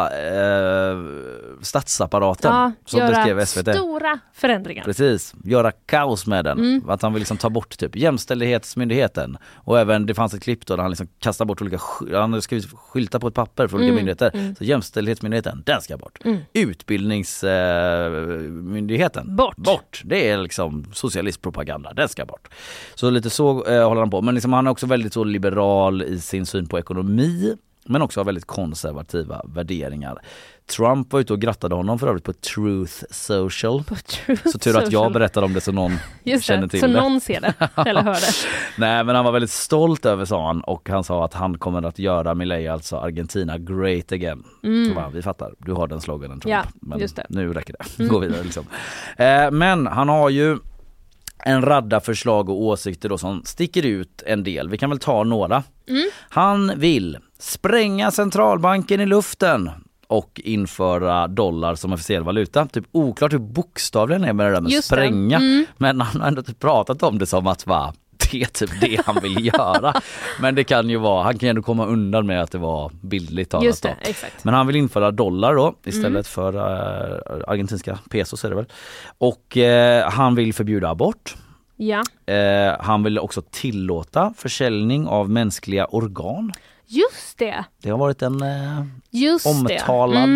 statsapparaten, som beskrev SVT. Stora förändringar. Precis, göra kaos med den. Att han vill liksom ta bort typ jämställdhetsmyndigheten. Och även, det fanns ett klipp då där han liksom kastar bort olika, han har skrivit skyltar på ett papper för olika myndigheter. Så jämställdhetsmyndigheten, den ska bort. Utbildningsmyndigheten, bort. Det är liksom socialistpropaganda, den ska bort. Så lite så håller han på. Men liksom, han är också väldigt så liberal i sin syn på ekonomi, men också har väldigt konservativa värderingar. Trump var ute och grattade honom för övrigt på Truth Social. Så tur att jag berättade om det så någon känner till så det. Så någon ser det eller hör det. Nej, men han var väldigt stolt över, sa han. Och han sa att han kommer att göra Milei, alltså Argentina, great again. Så bara, vi fattar, du har den sloganen, Trump. Ja, men just det. Nu räcker det. Gå vidare liksom. Men han har ju en radda förslag och åsikter då som sticker ut en del. Vi kan väl ta några. Han vill spränga centralbanken i luften och införa dollar som officiell valuta. Typ oklart hur bokstavligen är med det där med spränga. Men han har ändå typ pratat om det som att det är typ det han vill göra. Men det kan ju vara, han kan ju ändå komma undan med att det var bildligt talat. Just det, exakt. Men han vill införa dollar då istället för argentinska pesos är det väl. Och han vill förbjuda abort. Ja. Han vill också tillåta försäljning av mänskliga organ. Just det. Det har varit en omtalad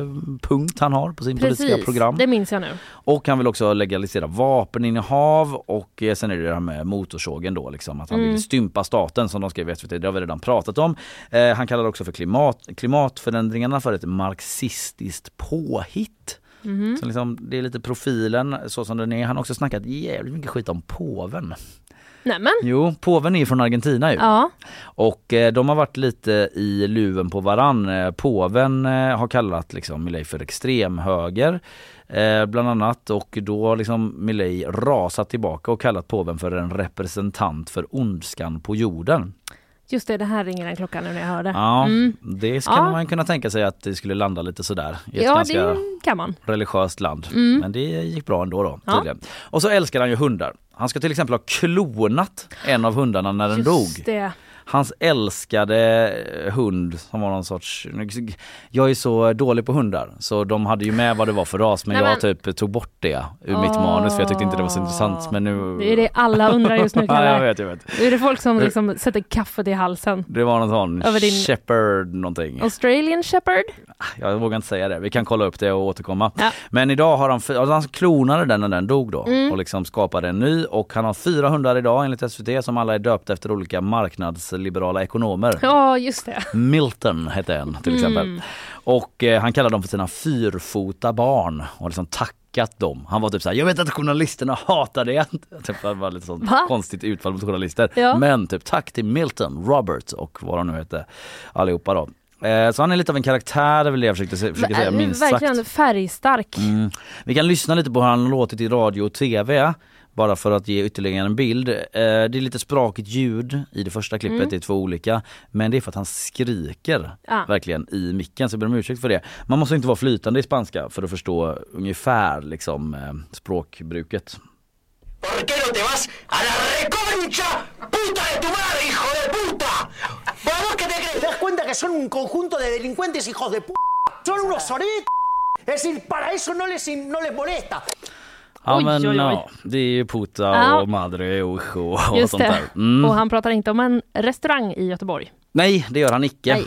punkt han har på sin politiska program. Det minns jag nu. Och han vill också legalisera vapeninnehav och sen är det här med motorsågen då liksom, att han vill stympa staten som de skrev i SVT, det har vi redan pratat om. Han kallar också för klimatförändringarna för ett marxistiskt påhitt. Så liksom, det är lite profilen så som den är. Han har också snackat jävligt mycket skit om påven. Nämen. Jo, påven är ju från Argentina ju. Ja. Och de har varit lite i luven på varann. Påven har kallat liksom Milei för extremhöger bland annat, och då har liksom Milei rasat tillbaka och kallat påven för en representant för ondskan på jorden. Just det här ringer en klocka nu när jag hör det. Ja, det ska man kunna tänka sig att det skulle landa lite sådär i ett ganska det kan man. religiöst land. Men det gick bra ändå då, tydligen. Och så älskar han ju hundar. Han ska till exempel ha klonat en av hundarna när den dog. Just det. Hans älskade hund som var någon sorts... Jag är så dålig på hundar så de hade ju med vad det var för ras, men jag typ tog bort det ur mitt manus för jag tyckte inte det var så intressant. Men nu... Det är det alla undrar just nu. Ja, jag vet. Det är det folk som liksom sätter kaffet i halsen. Det var någon sån shepherd någonting. Australian shepherd? Jag vågar inte säga det. Vi kan kolla upp det och återkomma. Ja. Men idag har han klonade den när den dog då och liksom skapade en ny, och han har 4 hundar idag enligt SVT som alla är döpta efter olika marknadsliberala ekonomer. Ja, just det. Milton hette en till exempel. Och han kallar dem för sina 4-fota barn och liksom tackat dem. Han var typ såhär, jag vet att journalisterna hatar det. Typ, det var lite sånt konstigt utfall mot journalister. Ja. Men typ tack till Milton, Robert och vad de nu heter allihopa då. Så han är lite av en karaktär, vill jag försöka säga minst sagt. Verkligen färgstark. Vi kan lyssna lite på hur han låtit i radio och tv. Bara för att ge ytterligare en bild. Det är lite sprakigt ljud i det första klippet, det är 2 olika. Men det är för att han skriker verkligen i micken, så jag ber om ursäkt för det. Man måste inte vara flytande i spanska för att förstå ungefär liksom, språkbruket. ¿Por qué no te vas a la reconcha puta de tu madre, hijo de puta? ¿Vos qué te crees? ¿Te das cuenta que son un conjunto de delincuentes, hijos de puta? Son unos soretos. Es decir, para eso no les molesta. Ja, men ja, det är ju puta och madre och sånt där. Och han pratar inte om en restaurang i Göteborg. Nej, det gör han icke.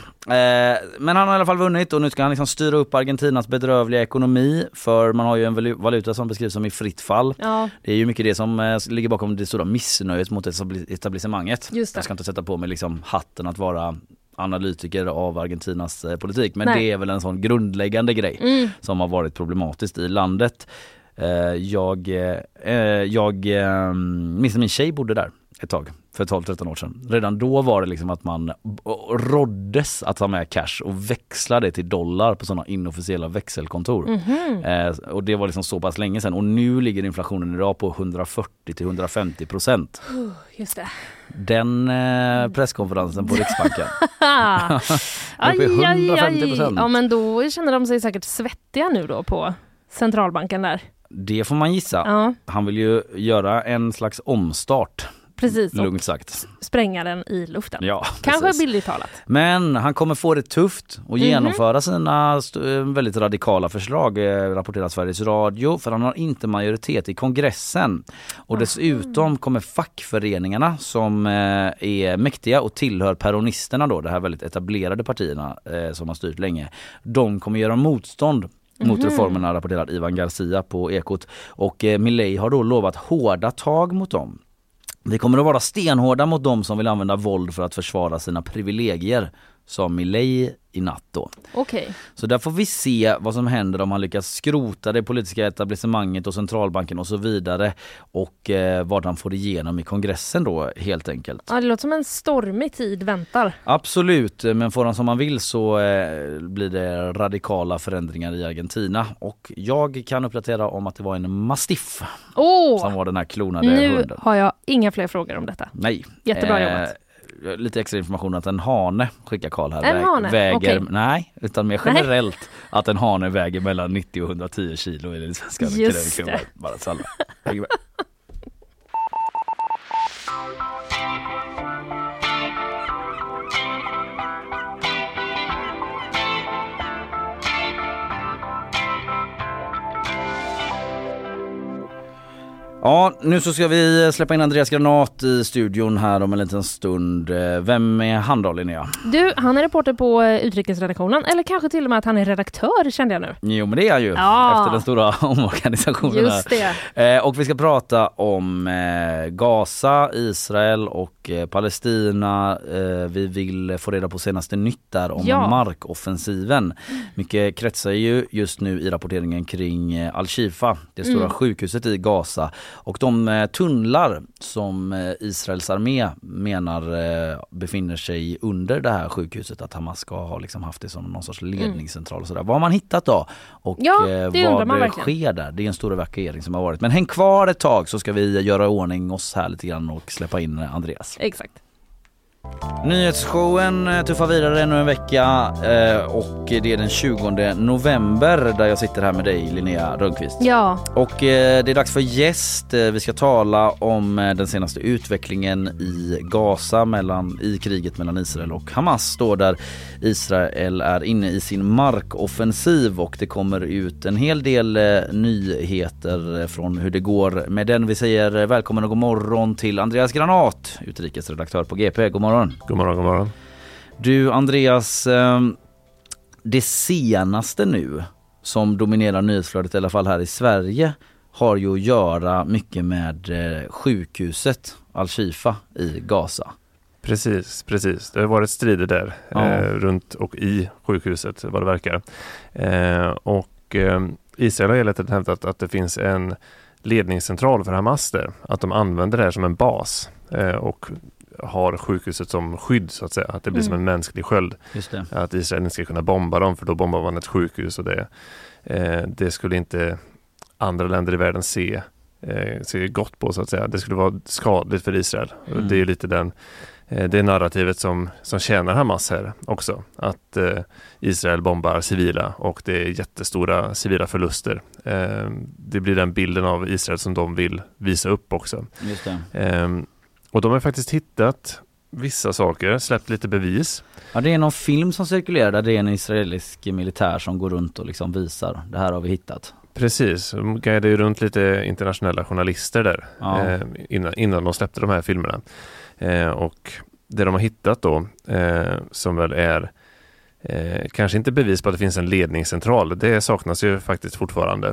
Men han har i alla fall vunnit och nu ska han liksom styra upp Argentinas bedrövliga ekonomi, för man har ju en valuta som beskrivs som i fritt fall. Ja. Det är ju mycket det som ligger bakom det stora missnöjet mot etablissemanget. Jag ska inte sätta på mig liksom hatten att vara analytiker av Argentinas politik, men det är väl en sån grundläggande grej som har varit problematiskt i landet. Jag minns min tjej bodde där ett tag för 12-13 år sedan. Redan då var det liksom att man råddes att ta med cash och växla det till dollar på sådana inofficiella växelkontor. Och det var liksom så pass länge sedan. Och nu ligger inflationen idag på 140-150%. Just det. Den presskonferensen på Riksbanken. Aj. 150%. Ja, men då känner de sig säkert svettiga nu då på centralbanken där. Det får man gissa. Ja. Han vill ju göra en slags omstart. Precis. Lugnt sagt. Spränga den i luften. Ja, kanske precis. Billigt talat. Men han kommer få det tufft och genomföra sina väldigt radikala förslag, rapporterar Sveriges Radio, för han har inte majoritet i kongressen. Och dessutom kommer fackföreningarna som är mäktiga och tillhör peronisterna då, det här väldigt etablerade partierna som har styrt länge. De kommer göra motstånd mot reformerna, rapporterar Ivan Garcia på Ekot. Och Milei har då lovat hårda tag mot dem. Det kommer att vara stenhårda mot dem som vill använda våld för att försvara sina privilegier, sa Milei i natt då. Okay. Så där får vi se vad som händer om han lyckas skrota det politiska etablissemanget och centralbanken och så vidare, och vad han får igenom i kongressen då helt enkelt. Ja, det låter som en stormig tid väntar. Absolut, men får han som han vill så blir det radikala förändringar i Argentina, och jag kan uppdatera om att det var en mastiff som var den här klonade hunden. Nu har jag inga fler frågor om detta. Nej. Jättebra jobbat. Lite extra information att en hane, skickar Karl här, väger, okay. Nej, utan mer generellt att en hane väger mellan 90 och 110 kilo i den svenska. Just det. Bara salla. Ja, nu så ska vi släppa in Andreas Granat i studion här om en liten stund. Vem är han då, Linnea? Du, han är reporter på utrikesredaktionen, eller kanske till och med att han är redaktör, kände jag nu. Jo, men det är ju efter den stora omorganisationen. Just det. Och vi ska prata om Gaza, Israel och Palestina. Vi vill få reda på senaste nytt där om markoffensiven. Mycket kretsar ju just nu i rapporteringen kring Al-Shifa, det stora sjukhuset i Gaza. Och de tunnlar som Israels armé menar befinner sig under det här sjukhuset, att Hamas ska ha liksom haft det som någon sorts ledningscentral och sådär. Vad har man hittat då? Och vad sker där? Det är en stor evakuering som har varit. Men häng kvar ett tag så ska vi göra i ordning oss här lite grann och släppa in Andreas. Exakt. Nyhetsshowen tuffar vidare ännu en vecka och det är den 20 november där jag sitter här med dig, Linnea Rönnqvist. Ja. Och det är dags för gäst. Vi ska tala om den senaste utvecklingen i Gaza i kriget mellan Israel och Hamas, då där Israel är inne i sin markoffensiv och det kommer ut en hel del nyheter från hur det går med den. Vi säger välkommen och god morgon till Andreas Granat, utrikesredaktör på GP. God morgon. God morgon, god morgon. Du, Andreas, det senaste nu som dominerar nyhetsflödet, i alla fall här i Sverige, har ju att göra mycket med sjukhuset Al-Shifa i Gaza. Precis. Det har varit strider där runt och i sjukhuset, vad det verkar. Israel har hela tiden hävdat att det finns en ledningscentral för Hamas där. Att de använder det här som en bas och har sjukhuset som skydd, så att säga. Att det blir som en mänsklig sköld. Just det. Att Israel inte ska kunna bomba dem, för då bombar man ett sjukhus och det skulle inte andra länder i världen se gott på, så att säga. Det skulle vara skadligt för Israel. Det är lite det narrativet som tjänar Hamas här också. Att Israel bombar civila och det är jättestora civila förluster. Det blir den bilden av Israel som de vill visa upp också. Just det. Och de har faktiskt hittat vissa saker, släppt lite bevis. Ja, det är någon film som cirkulerar där det är en israelisk militär som går runt och liksom visar, det här har vi hittat. Precis, de guidade ju runt lite internationella journalister där innan de släppte de här filmerna. Och det de har hittat då, som väl är kanske inte bevis på att det finns en ledningscentral, det saknas ju faktiskt fortfarande.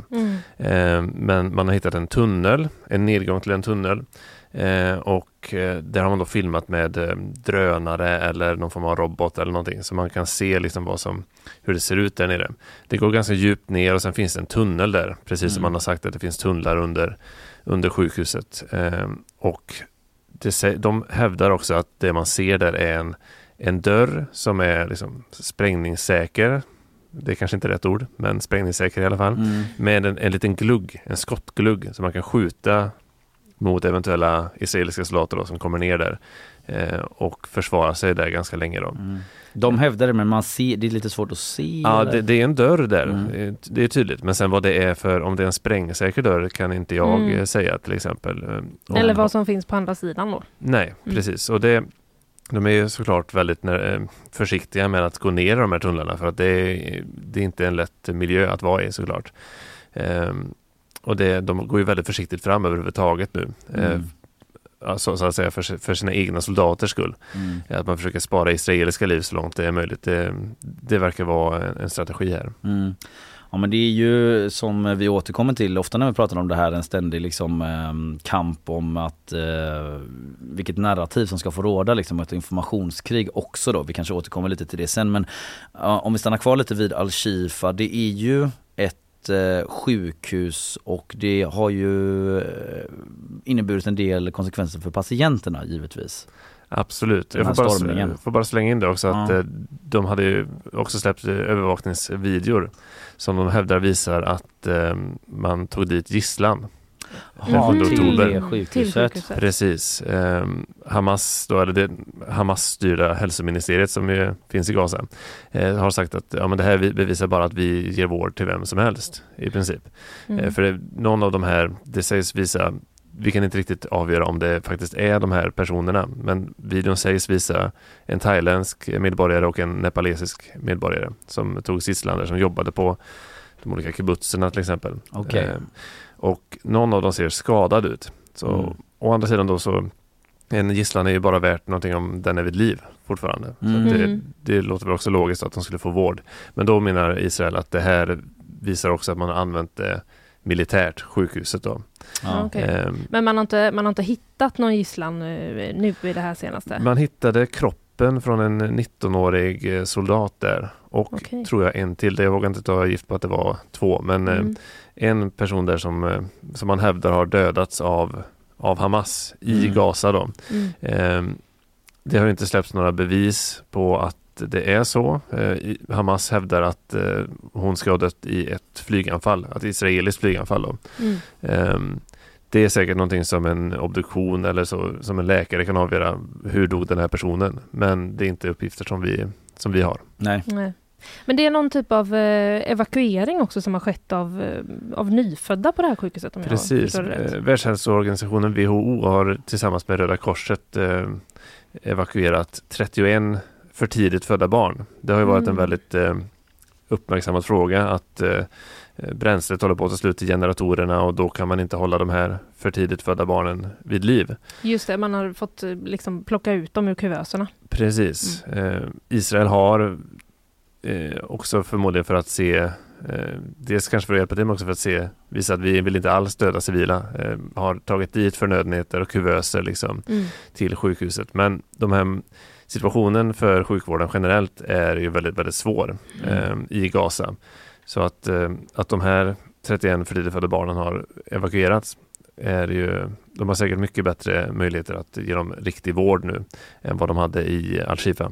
Men man har hittat en nedgång till en tunnel. Och där har man då filmat med drönare eller någon form av robot eller någonting, så man kan se liksom hur det ser ut där nere. Det går ganska djupt ner och sen finns det en tunnel där, precis som man har sagt att det finns tunnlar under sjukhuset. Och de hävdar också att det man ser där är en dörr som är liksom sprängningssäker. Det är kanske inte rätt ord, men sprängningssäker i alla fall. Med en liten glugg, en skottglugg som man kan skjuta mot eventuella israeliska soldater då, som kommer ner där och försvarar sig där ganska länge då. De hävdar det, men man ser, det är lite svårt att se. Ja, det är en dörr där. Det är tydligt. Men sen vad det är för, om det är en sprängsäker dörr kan inte jag säga till exempel. Eller vad som finns på andra sidan då. Nej, precis. Och de är ju såklart väldigt försiktiga med att gå ner i de här tunnlarna, för att det är inte en lätt miljö att vara i, såklart. Och de går ju väldigt försiktigt fram överhuvudtaget nu. Alltså, så att säga för sina egna soldaters skull. Att man försöker spara israeliska liv så långt det är möjligt. Det verkar vara en strategi här. Ja, men det är ju, som vi återkommer till ofta när vi pratar om det här, en ständig liksom, kamp om att vilket narrativ som ska få råda, liksom ett informationskrig också då. Vi kanske återkommer lite till det sen, men om vi stannar kvar lite vid Al-Shifa, det är ju ett sjukhus och det har ju inneburit en del konsekvenser för patienterna, givetvis. Absolut. Jag får bara slänga in det också att de hade ju också släppt övervakningsvideor som de hävdar visar att man tog dit gisslan. Till sjukhuset. Precis. Hamas då, eller det Hamas-styrda hälsoministeriet som ju finns i Gaza, har sagt att men det här bevisar bara att vi ger vård till vem som helst i princip. För någon av de här, det sägs visa, vi kan inte riktigt avgöra om det faktiskt är de här personerna, men videon sägs visa en thailändsk medborgare och en nepalesisk medborgare som tog gisslan, som jobbade på de olika kibbutzerna till exempel. Okay. och någon av dem ser skadad ut. Så å andra sidan då så en gisslan är ju bara värt någonting om den är vid liv fortfarande. Så det låter väl också logiskt att de skulle få vård. Men då menar Israel att det här visar också att man har använt det militärt, sjukhuset då. Okay. Men man har inte hittat någon gisslan nu i det här senaste? Man hittade kroppen från en 19-årig soldat där. Och tror jag en till. Jag vågar inte ta gift på att det var 2. Men en person där som man hävdar har dödats av Hamas i Gaza då. Det har ju inte släppts några bevis på att det är så. Hamas hävdar att hon ska ha dött i ett flyganfall, ett israeliskt flyganfall då. Det är säkert någonting som en obduktion eller så, som en läkare kan avgöra, hur dog den här personen. Men det är inte uppgifter som vi har. Nej. Men det är någon typ av evakuering också som har skett av nyfödda på det här sjukhuset? Precis. Världshälsoorganisationen WHO har tillsammans med Röda Korset evakuerat 31 för tidigt födda barn. Det har ju varit en väldigt uppmärksammad fråga att bränslet håller på att ta slut i generatorerna och då kan man inte hålla de här för tidigt födda barnen vid liv. Just det, man har fått liksom plocka ut dem ur kuvöserna. Precis. Israel har också förmodligen för att se dels kanske för att hjälpa till men också för att visa att vi vill inte alls döda civila, har tagit dit förnödenheter och kuvöser liksom, till sjukhuset. Men de här situationen för sjukvården generellt är ju väldigt, väldigt svår i Gaza. Så att de här 31 för tidigt födda barnen har evakuerats de har säkert mycket bättre möjligheter att ge dem riktig vård nu än vad de hade i Al-Shifa.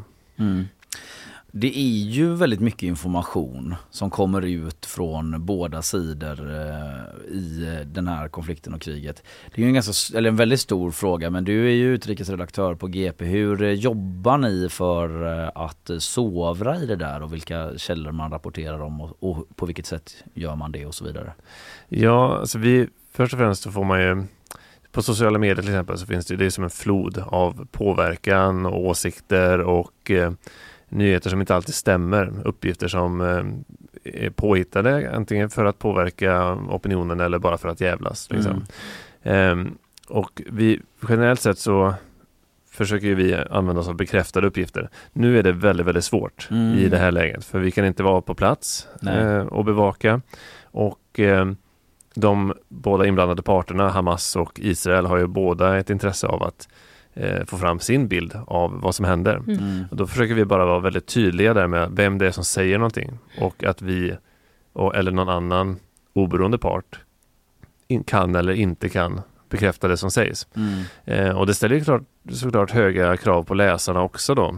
Det är ju väldigt mycket information som kommer ut från båda sidor i den här konflikten och kriget. Det är ju en väldigt stor fråga, men du är ju utrikesredaktör på GP. Hur jobbar ni för att sovra i det där och vilka källor man rapporterar om och på vilket sätt gör man det och så vidare? Ja, alltså först och främst så får man ju på sociala medier till exempel så finns det är som en flod av påverkan och åsikter och nyheter som inte alltid stämmer, uppgifter som är påhittade antingen för att påverka opinionen eller bara för att jävlas. Liksom. Och vi generellt sett så försöker vi använda oss av bekräftade uppgifter. Nu är det väldigt, väldigt svårt i det här läget för vi kan inte vara på plats och bevaka och de båda inblandade parterna, Hamas och Israel, har ju båda ett intresse av att få fram sin bild av vad som händer. Och då försöker vi bara vara väldigt tydliga där med vem det är som säger någonting och att vi eller någon annan oberoende part kan eller inte kan bekräfta det som sägs. Och det ställer ju såklart höga krav på läsarna också då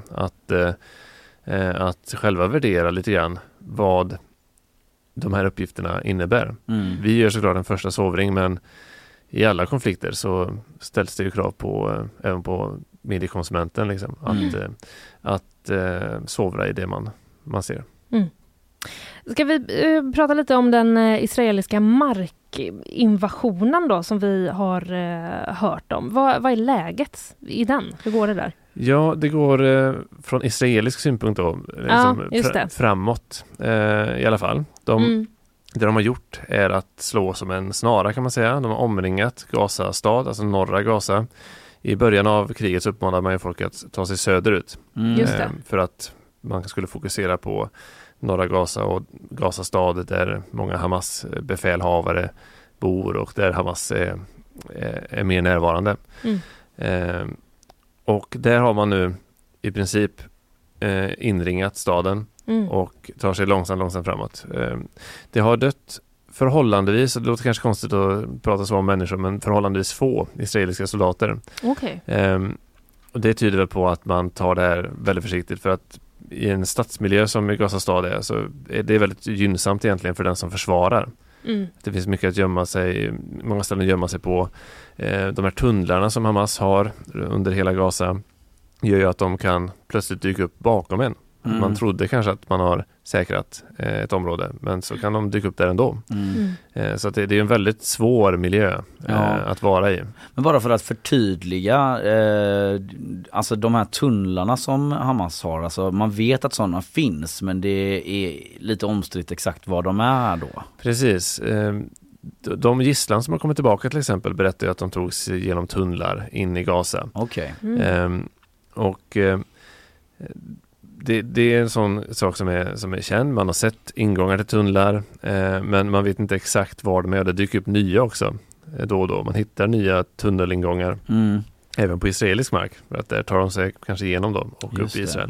att själva värdera lite grann vad de här uppgifterna innebär. Vi gör såklart en första sovring, men i alla konflikter så ställs det ju krav på även på mediekonsumenten liksom, att sovra i det man ser. Ska vi prata lite om den israeliska markinvasionen då som vi har hört om. Vad är läget i den? Hur går det där? Ja, det går från israelisk synpunkt då framåt i alla fall. Det de har gjort är att slå som en snara kan man säga. De har omringat Gaza stad, alltså norra Gaza. I början av kriget så uppmanade man ju folk att ta sig söderut. För att man skulle fokusera på norra Gaza och Gaza stad där många Hamas befälhavare bor och där Hamas är mer närvarande. Och där har man nu i princip inringat staden och tar sig långsamt framåt. Det har dött förhållandevis, och det låter kanske konstigt att prata så om människor, men förhållandevis få israeliska soldater. Och det tyder väl på att man tar det här väldigt försiktigt, för att i en stadsmiljö som i Gaza stad är, så är det väldigt gynnsamt egentligen för den som försvarar. Det finns mycket att gömma sig, många ställen att gömma sig på. De här tunnlarna som Hamas har under hela Gaza gör ju att de kan plötsligt dyka upp bakom en. Man trodde kanske att man har säkrat ett område, men så kan de dyka upp där ändå. Så att det är en väldigt svår miljö att vara i. Men bara för att förtydliga, alltså de här tunnlarna som Hamas har, alltså man vet att sådana finns, men det är lite omstritt exakt vad de är då. Precis. de gisslan som har kommit tillbaka till exempel berättar ju att de tog sig genom tunnlar in i Gaza. Okej. Det är en sån sak som är känd. Man har sett ingångar till tunnlar, men man vet inte exakt var de är. Det dyker upp nya också då och då. Man hittar nya tunnelingångar även på israelisk mark. För att där tar de sig kanske igenom dem och upp i Israel.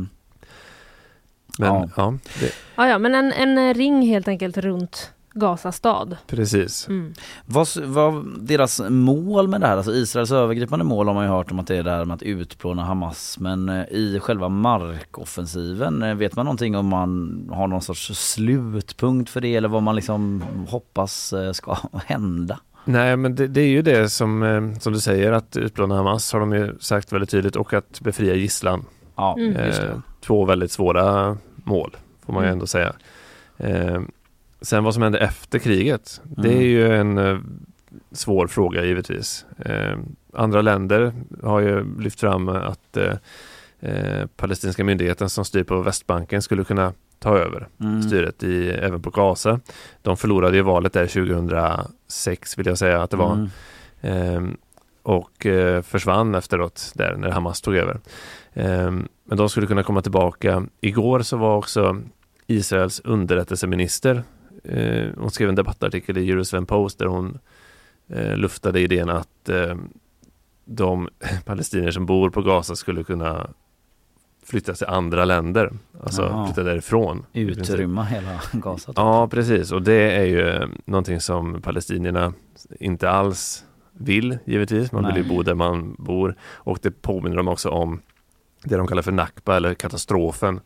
Men, men en ring helt enkelt runt Gaza stad. Precis. Vad deras mål med det här? Alltså Israels övergripande mål har man ju hört om att det är det här med att utplåna Hamas. Men i själva markoffensiven, vet man någonting om man har någon sorts slutpunkt för det? Eller vad man liksom hoppas ska hända? Nej, men det är ju det som du säger, att utplåna Hamas har de ju sagt väldigt tydligt, och att befria gisslan. Ja, just det. 2 väldigt svåra mål, får man ju ändå säga. Sen vad som hände efter kriget, det är ju en svår fråga givetvis. Andra länder har ju lyft fram att palestinska myndigheten som styr på Västbanken skulle kunna ta över styret även på Gaza. De förlorade ju valet där 2006 vill jag säga att det var. Och försvann efteråt där när Hamas tog över. Men de skulle kunna komma tillbaka. Igår så var också Israels underrättelseminister, hon skrev en debattartikel i Jerusalem Post där hon luftade idén att de palestinier som bor på Gaza skulle kunna flytta till andra länder, alltså flytta därifrån. Utrymma hela Gaza. Ja, precis. Och det är ju någonting som palestinierna inte alls vill, givetvis. Man vill ju bo där man bor. Och det påminner dem också om det de kallar för Nakba, eller katastrofen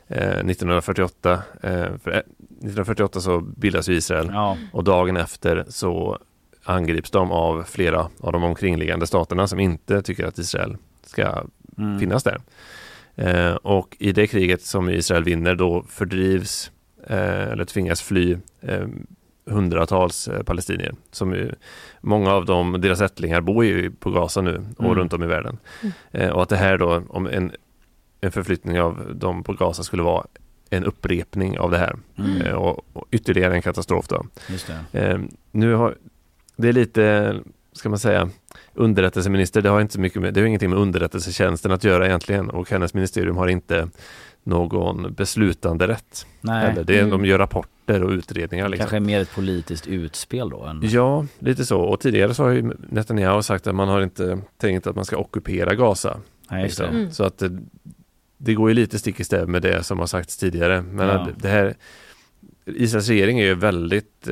1948. För 1948 så bildas Israel och dagen efter så angrips de av flera av de omkringliggande staterna som inte tycker att Israel ska finnas där. Och i det kriget som Israel vinner, då fördrivs eller tvingas fly hundratals palestinier. Många av dem, deras ättlingar bor ju på Gaza nu och runt om i världen. Och att det här då, om en förflyttning av dem på Gaza skulle vara en upprepning av det här. Och ytterligare en katastrof då. Just det. Det är lite, ska man säga, underrättelseminister, det har inte så mycket med, det har ingenting med underrättelsetjänsten att göra egentligen, och hennes ministerium har inte någon beslutande rätt. Eller de gör rapporter och utredningar. Liksom. Kanske mer ett politiskt utspel då? Ja, lite så. Och tidigare så har ju Netanyahu sagt att man har inte tänkt att man ska ockupera Gaza. Nej, just det. Så att det går ju lite stick i stäv med det som har sagts tidigare. Men det här, Israels regering är ju väldigt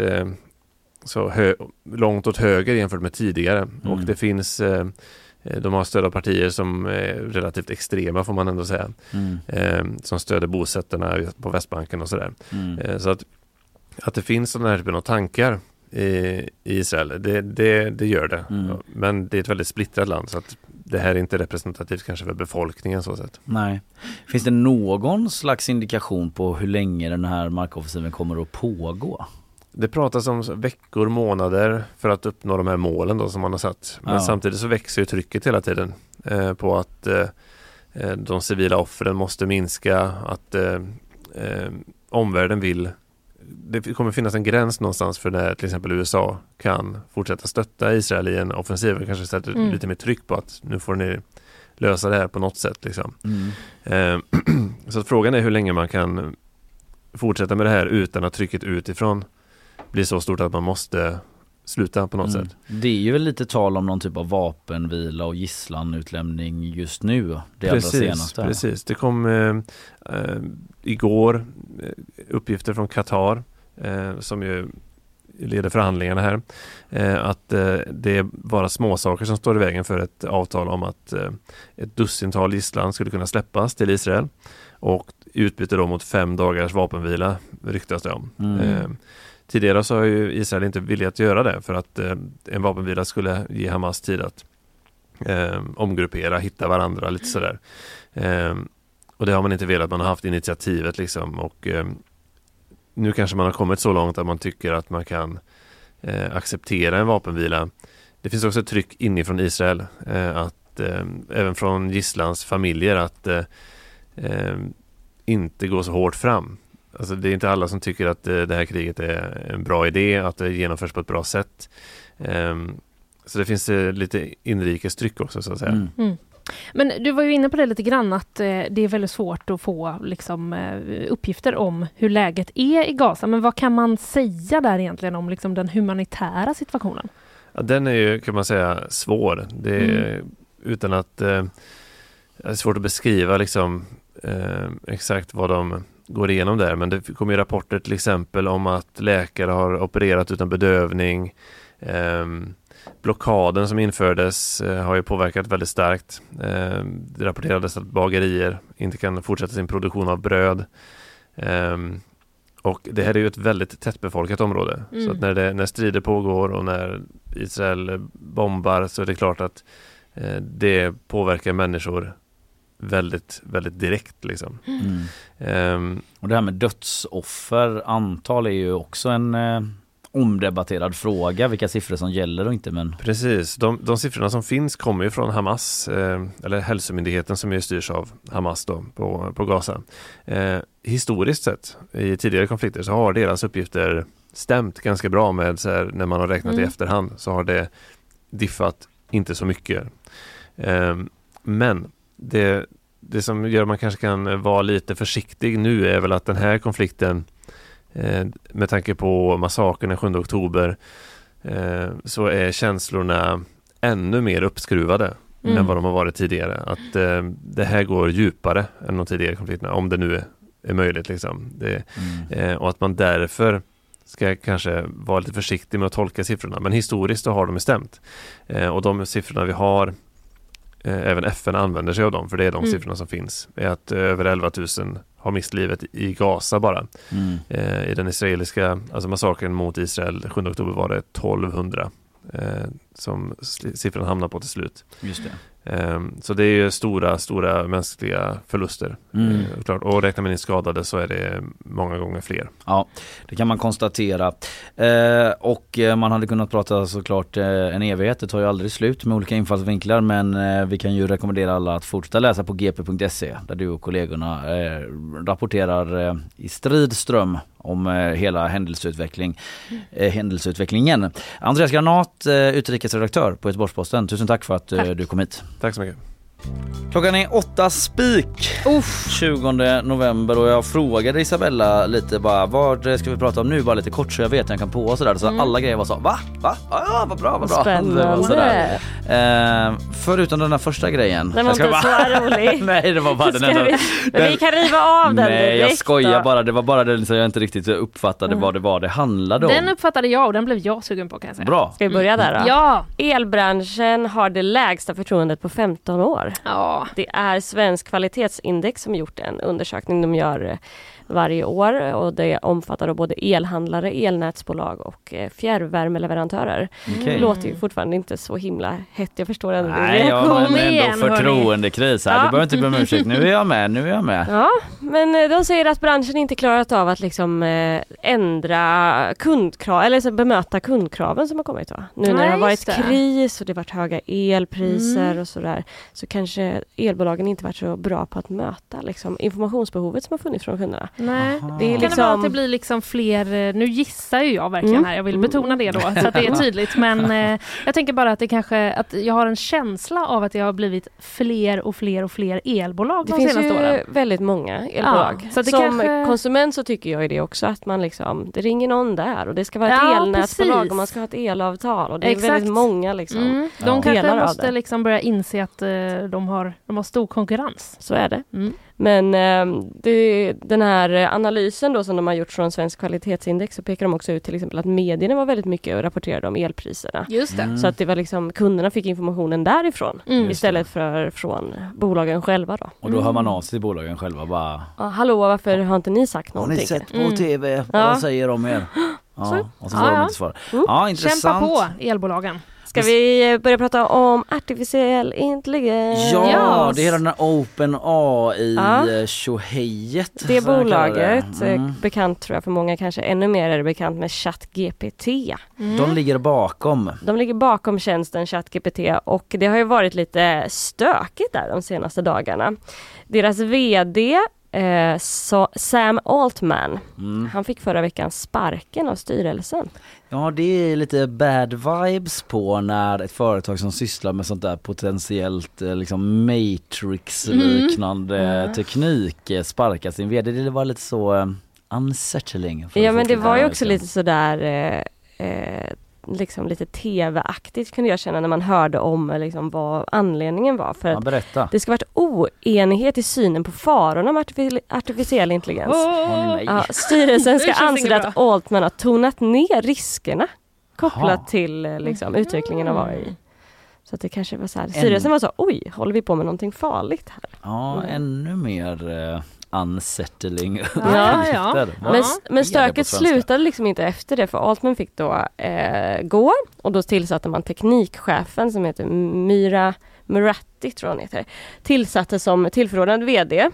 långt åt höger jämfört med tidigare. Och det finns de har stöd av partier som är relativt extrema, får man ändå säga. Som stöder bosättarna på Västbanken och sådär. Så att det finns sådana här typen av tankar i Israel, det gör det. Men det är ett väldigt splittrat land, så att det här är inte representativt kanske för befolkningen så sätt. Nej. Finns det någon slags indikation på hur länge den här markoffensiven kommer att pågå? Det pratas om veckor, månader för att uppnå de här målen då som man har satt. Men samtidigt så växer ju trycket hela tiden på att de civila offren måste minska, att omvärlden vill. Det kommer finnas en gräns någonstans för när till exempel USA kan fortsätta stötta Israel i en offensiv och kanske sätta lite mer tryck på att nu får ni lösa det här på något sätt. Liksom. Så att frågan är hur länge man kan fortsätta med det här utan att trycket utifrån blir så stort att man måste sluta på något sätt. Det är ju väl lite tal om någon typ av vapenvila och gisslanutlämning just nu. Det allra senaste. Precis. Det kom igår uppgifter från Qatar som ju leder förhandlingarna här. Att det är bara småsaker som står i vägen för ett avtal om att ett dussintal gisslan skulle kunna släppas till Israel. Och utbyte då mot 5 dagars vapenvila ryktas det om. Tidigare så har ju Israel inte velat göra det för att en vapenvila skulle ge Hamas tid att omgruppera, hitta varandra lite sådär. Och det har man inte velat, man har haft initiativet liksom, och nu kanske man har kommit så långt att man tycker att man kan acceptera en vapenvila. Det finns också ett tryck inifrån Israel att även från gisslans familjer att inte gå så hårt fram. alltså det är inte alla som tycker att det här kriget är en bra idé, att det genomförs på ett bra sätt. Så det finns lite inrikestryck också så att säga. Men du var ju inne på det lite grann att det är väldigt svårt att få liksom, uppgifter om hur läget är i Gaza. Men vad kan man säga där egentligen om liksom, den humanitära situationen? Ja, den är ju, kan man säga, svår. Det är, utan att det är svårt att beskriva liksom, exakt vad de går igenom där. Men det kommer ju rapporter till exempel om att läkare har opererat utan bedövning. Blockaden som infördes har ju påverkat väldigt starkt. Det rapporterades att bagerier inte kan fortsätta sin produktion av bröd. Och det här är ju ett väldigt tättbefolkat område. Så att när strider pågår och när Israel bombar så är det klart att det påverkar människor väldigt, väldigt direkt liksom. Och det här med dödsoffer, antal är ju också en omdebatterad fråga, vilka siffror som gäller och inte. Men... Precis, de siffrorna som finns kommer ju från Hamas, eller hälsomyndigheten som ju styrs av Hamas då, på Gaza. Historiskt sett, i tidigare konflikter så har deras uppgifter stämt ganska bra med så här, när man har räknat i efterhand så har det diffat inte så mycket. Men det som gör att man kanske kan vara lite försiktig nu är väl att den här konflikten med tanke på massakern den 7 oktober så är känslorna ännu mer uppskruvade än vad de har varit tidigare. Att det här går djupare än de tidigare konflikterna, om det nu är möjligt. Liksom. Och att man därför ska kanske vara lite försiktig med att tolka siffrorna. Men historiskt så har de stämt. Och de siffrorna vi har, även FN använder sig av dem, för det är de siffrorna som finns, är att över 11 000 har mist livet i Gaza bara. I den israeliska, alltså massakern mot Israel 7 oktober var det 1200 som siffran hamnar på till slut. Just det. Så det är ju stora mänskliga förluster. Klart. Och räknar man in skadade så är det många gånger fler. Ja, det kan man konstatera. Och man hade kunnat prata såklart en evighet. Det tar ju aldrig slut med olika infallsvinklar, men vi kan ju rekommendera alla att fortsätta läsa på gp.se där du och kollegorna rapporterar i stridström om hela händelseutvecklingen. Andreas Granat, utrikesredaktör på Göteborgs-Posten. Tusen tack för att du kom hit. Tack så mycket. Klockan är 8 spik 20 november och jag frågade Isabella lite bara, vad ska vi prata om nu? Bara lite kort så jag vet när jag kan på och sådär. Så alla grejer var så, va? Ja, vad bra. Spännande. Förutom den här första grejen. Den var inte så rolig. Nej, det var bara den enda. Vi kan riva av den. Nej, jag skojar bara. Det var bara den som jag inte riktigt uppfattade vad det var det handlade om. Den uppfattade jag och den blev jag sugen på, kan jag säga. Bra. Ska vi börja där då? Ja. Elbranschen har det lägsta förtroendet på 15 år. Ja. Det är Svensk kvalitetsindex som gjort en undersökning de gör varje år och det omfattar både elhandlare, elnätsbolag och fjärrvärmeleverantörer. Det låter ju fortfarande inte så himla hett. Jag förstår ändå. Nej, jag har ändå förtroendekris här. Du behöver inte be om ursäkt. Nu är jag med. Ja, men de säger att branschen inte klarat av att liksom ändra kundkrav eller så bemöta kundkraven som har kommit. Va? Nu när det har varit kris och det har varit höga elpriser och sådär, så kanske elbolagen inte varit så bra på att möta liksom informationsbehovet som har funnits från kunderna. Nej. Det är kan det vara att det blir liksom fler, nu gissar ju jag verkligen här, jag vill betona det då så att det är tydligt, men jag tänker bara att det kanske, att jag har en känsla av att det har blivit fler och fler elbolag de senaste åren. Det finns ju väldigt många elbolag. Ja, så det som konsument så tycker jag ju det också, att man liksom, det ringer någon där och det ska vara ett elnätsbolag och man ska ha ett elavtal och det är väldigt många liksom. De kanske måste liksom börja inse att de har stor konkurrens. Så är det. Men den här analysen då som de har gjort från Svensk kvalitetsindex, så pekar de också ut till exempel att medierna var väldigt mycket och rapporterade om elpriserna. Just det. Så att det var liksom, kunderna fick informationen därifrån istället för från bolagen själva då. Och då hör man av sig till bolagen själva bara... hallå, varför har inte ni sagt någonting? Har ni sett på tv? Vad säger de er? Ja, och så får de inte svar. Ja, intressant. Kämpa på elbolagen. Ska vi börja prata om artificiell intelligens? Ja, det är den här OpenAI-tjohejet. Det bolaget, bekant tror jag för många, kanske ännu mer är det bekant med ChatGPT. De ligger bakom. De ligger bakom tjänsten ChatGPT och det har ju varit lite stökigt där de senaste dagarna. Deras vd Sam Altman. Han fick förra veckan sparken av styrelsen. Ja, det är lite bad vibes på när ett företag som sysslar med sånt där potentiellt liksom Matrix-liknande teknik sparkar sin vd. Det var lite så unsettling. Ja, men det var ju också lite sådär liksom lite tv-aktigt kunde jag känna när man hörde om liksom vad anledningen var. För att det ska varit oenighet i synen på farorna med artificiell intelligens. Styrelsen ska anse att Altman har tonat ner riskerna kopplat till liksom, utvecklingen av AI. Så att det kanske var så här. Styrelsen var så, oj, håller vi på med någonting farligt här? Ja, ännu mer unsettling. Men stöket slutade liksom inte efter det, för Altman fick då gå, och då tillsatte man teknikchefen som heter Myra Muratti, tror jag heter, tillsatte som tillförordnad vd.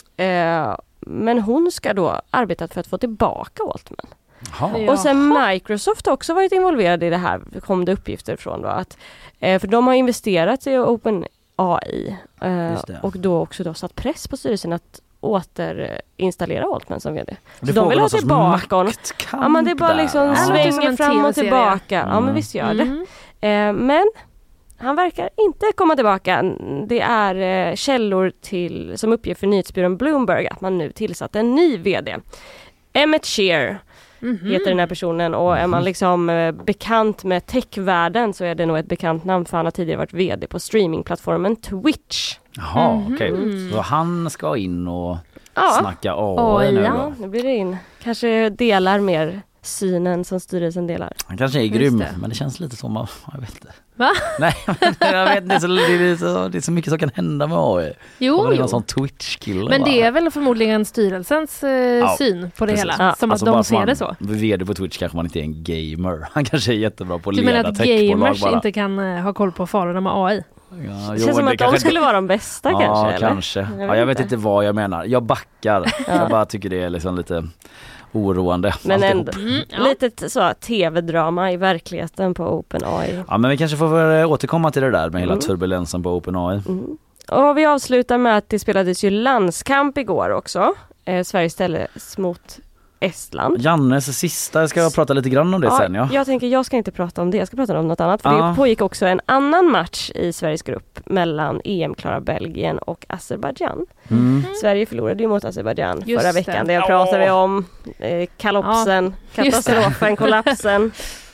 Men hon ska då arbeta för att få tillbaka Altman. Och sen Microsoft har också varit involverad i det här, kom det uppgifter från då, att för de har investerat i OpenAI och då också då satt press på styrelsen att återinstalla Altman som vd. Så de vill ha tillbaka honom. Ja, men det är bara liksom svänger fram och tillbaka. Ja, men visst gör det. Men han verkar inte komma tillbaka. Det är källor som uppger för nyhetsbyrån Bloomberg att man nu tillsatt en ny vd. Emmett Shear heter den här personen, och är man liksom bekant med techvärlden så är det nog ett bekant namn, för han har tidigare varit vd på streamingplattformen Twitch. Jaha, okej. Så han ska in och snacka AI nu då? Ja, nu blir det in. Kanske delar mer synen som styrelsen delar. Han kanske är grym, men det känns lite som jag vet inte. Va? Nej, jag vet inte, det är så mycket som kan hända med AI. Jo. Det är någon sån Twitch-kille. Men det är väl förmodligen styrelsens syn på det hela. Som alltså att de ser det så. Vd på Twitch kanske man inte är en gamer. Han kanske är jättebra på att leda techbolag bara. Du menar att gamers inte kan ha koll på farorna med AI? Ja, det känns som att de skulle vara de bästa kanske. Ja, kanske. Jag vet inte vad jag menar. Jag backar. Jag bara tycker det är liksom lite oroande. Men ändå lite så tv-drama i verkligheten på OpenAI. Ja, men vi kanske får återkomma till det där med hela turbulensen på OpenAI. Och vi avslutar med att det spelades ju landskamp igår också. Sverige ställdes mot Estland. Jannes sista, ska jag prata lite grann om det sen. Ja. Jag ska inte prata om det, jag ska prata om något annat. För det pågick också en annan match i Sveriges grupp mellan EM-klara Belgien och Azerbaijan. Sverige förlorade ju mot Azerbaijan förra veckan. Det pratade vi om. Kalopsen, katastrofen, kollapsen.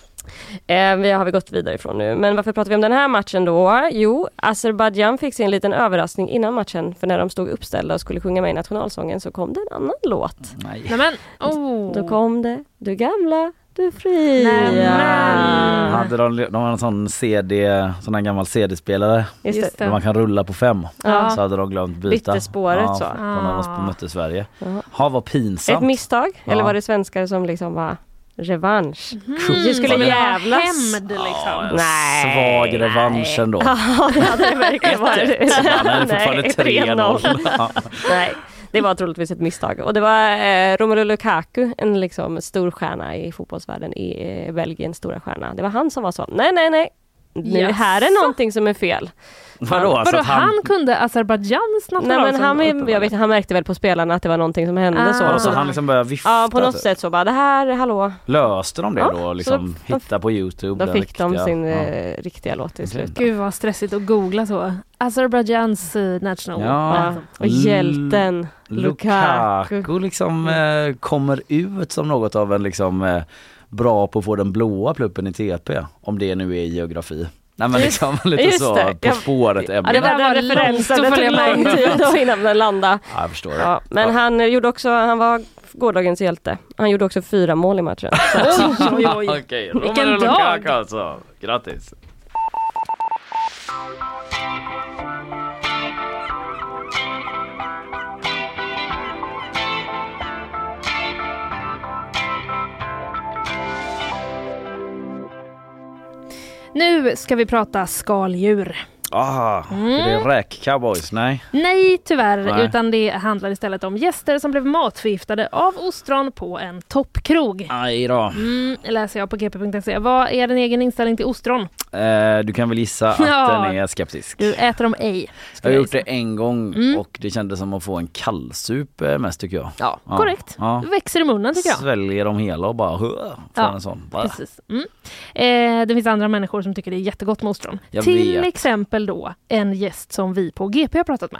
Vi har gått vidare ifrån nu. Men varför pratar vi om den här matchen då? Jo, Azerbaijan fick sig en liten överraskning innan matchen. För när de stod uppställda och skulle sjunga med i nationalsången så kom det en annan låt. Då kom det Du gamla, du fria. Hade de en sån sån här gammal CD-spelare där man kan rulla på 5. Så hade de glömt byta. Bytte spåret så. När de mötte Sverige. Vad pinsamt. Ett misstag? Eller var det svenskar som liksom var revansch? Du skulle jävlas. Hämnd liksom. Nej. Svag revansch ändå. Ja, det hade det verkligen varit. Han är fortfarande 3-0. Nej. Det var troligtvis ett misstag. Och det var Romelu Lukaku, en liksom stor stjärna i fotbollsvärlden, i Belgiens stora stjärna. Det var han som var så, nej. Nu här är någonting som är fel. Vadå, han kunde Azerbaijdjans nationalsång? Nej, men han märkte väl på spelarna att det var någonting som hände. Så han liksom började vifta. Ja, på något sätt så bara, det här, hallå. Löste de det då? Liksom hitta på YouTube. Då fick de sin riktiga låt i slut. Gud vad stressigt att googla så. Azerbaijdans national. Och hjälten Lukaku liksom kommer ut som något av en liksom bra på att få den blåa pluppen i TP. Om det nu är geografi. Nej, men liksom lite så på spåret. Ja, det var den referensen. Det tog lång tid innan den landade. Ja, jag förstår det. Men han var gårdagens hjälte. Han gjorde också 4 mål i matchen. Oj. Okej, Romelu Lukaku alltså. Grattis. Nu ska vi prata skaldjur. Är det räk-cowboys? Nej, tyvärr. Utan det handlar istället om gäster som blev matförgiftade av ostron på en toppkrog. Aj då. Läser jag på gp.se. Vad är din egen inställning till ostron? Du kan väl gissa att den är skeptisk. Du äter dem ej. Jag har gjort det en gång och det kändes som att få en kallsup mest tycker jag. Ja, korrekt. Det växer i munnen tycker jag. Sväljer dem hela och bara en sån. Precis. Det finns andra människor som tycker det är jättegott med ostron. Till exempel då en gäst som vi på GP har pratat med.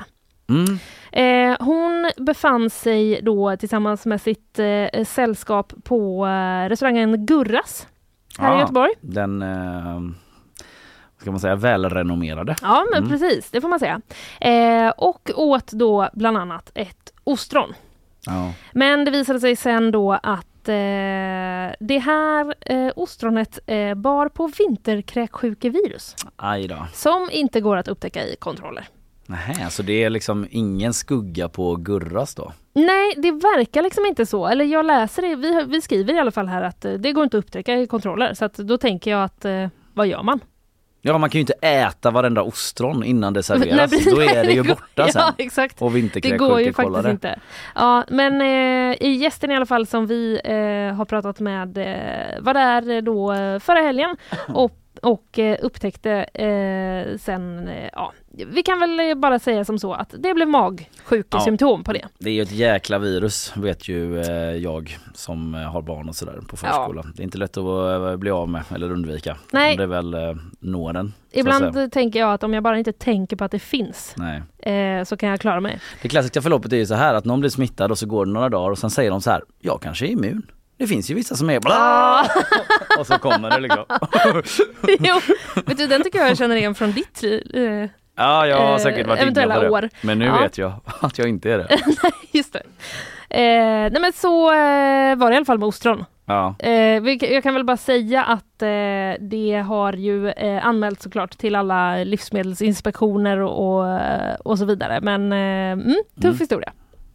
Hon befann sig då tillsammans med sitt sällskap på restaurangen Gurras här i Göteborg. Den ska man säga välrenommerade. Ja, men precis, det får man säga. Och åt då bland annat ett ostron. Men det visade sig sen då att det här ostronet bar på vinterkräksjukevirus. Aj då. Som inte går att upptäcka i kontroller. Nej, så det är liksom ingen skugga på Gurras då? Nej, det verkar liksom inte så. Eller jag läser det, vi skriver i alla fall här att det går inte att upptäcka i kontroller. Så att då tänker jag att, vad gör man? Ja, man kan ju inte äta varenda ostron innan det serveras. Då är det ju borta sen. Ja, exakt. Och det går ju faktiskt inte. Ja, men i gästen i alla fall som vi har pratat med var där då förra helgen och upptäckte sen, vi kan väl bara säga som så att det blev magsjukesymptom på det. Det är ju ett jäkla virus, vet ju jag som har barn och sådär på förskolan. Det är inte lätt att bli av med eller undvika. Nej. Det är väl nåden. Ibland tänker jag att om jag bara inte tänker på att det finns så kan jag klara mig. Det klassiska förloppet är ju så här att någon blir smittad och så går det några dagar och sen säger de så här, jag kanske är immun. Det finns ju vissa som är och så kommer det liksom. Jo, vet du, den tycker jag känner igen från ditt ja, jag har säkert varit eventuella inne på år. Men nu vet jag att jag inte är det. Nej, just det. Nej, men så var det i alla fall med ostron. Ja. Jag kan väl bara säga att det har ju anmält såklart till alla livsmedelsinspektioner och så vidare. Men tuff historia.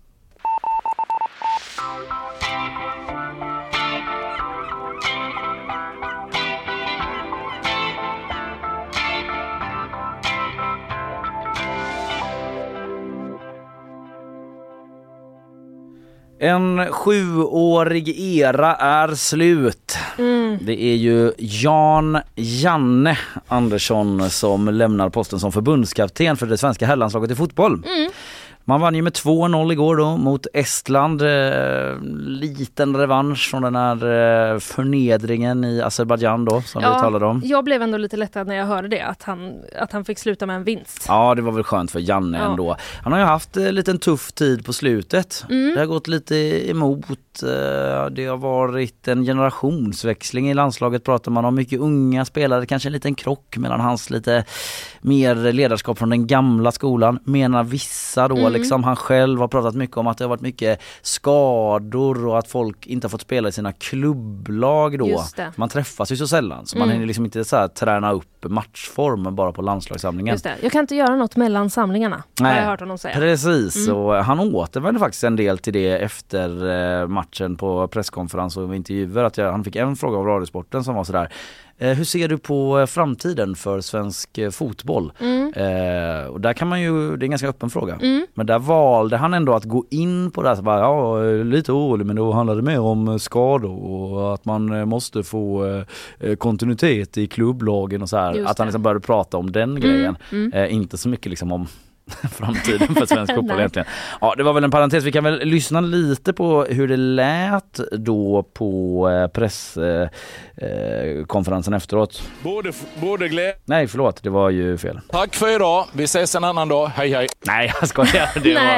En 7-årig era är slut. Det är ju Janne Andersson som lämnar posten som förbundskapten för det svenska herrlandslaget i fotboll. Man vann ju med 2-0 igår då mot Estland. Liten revansch från den här förnedringen i Azerbaijan då som vi talade om. Jag blev ändå lite lättad när jag hörde det, att han fick sluta med en vinst. Ja, det var väl skönt för Janne ändå. Han har ju haft lite en tuff tid på slutet. Det har gått lite emot. Det har varit en generationsväxling i landslaget, pratar man om. Mycket unga spelare, kanske en liten krock mellan hans lite mer ledarskap från den gamla skolan, menar vissa då. Liksom, han själv har pratat mycket om att det har varit mycket skador och att folk inte har fått spela i sina klubblag då. Man träffas ju så sällan så man hinner liksom inte så här träna upp matchformen bara på landslagssamlingen. Just det. Jag kan inte göra något mellan samlingarna. Nej, har jag hört honom säga. Precis, och han återvände faktiskt en del till det efter matchen på presskonferens och intervjuer. Att han fick en fråga av Radiosporten som var sådär: hur ser du på framtiden för svensk fotboll? Och där kan man ju, det är en ganska öppen fråga. Men där valde han ändå att gå in på det här. Så bara, lite orolig, men då handlar det mer om skador och att man måste få kontinuitet i klubblagen och så här. Att han liksom började prata om den grejen. Inte så mycket liksom om framtiden för svensk fotboll egentligen. Ja, det var väl en parentes. Vi kan väl lyssna lite på hur det lät då på presskonferensen efteråt. Nej, förlåt, det var ju fel. Tack för idag. Vi ses en annan dag. Hej hej. Nej, jag skojar.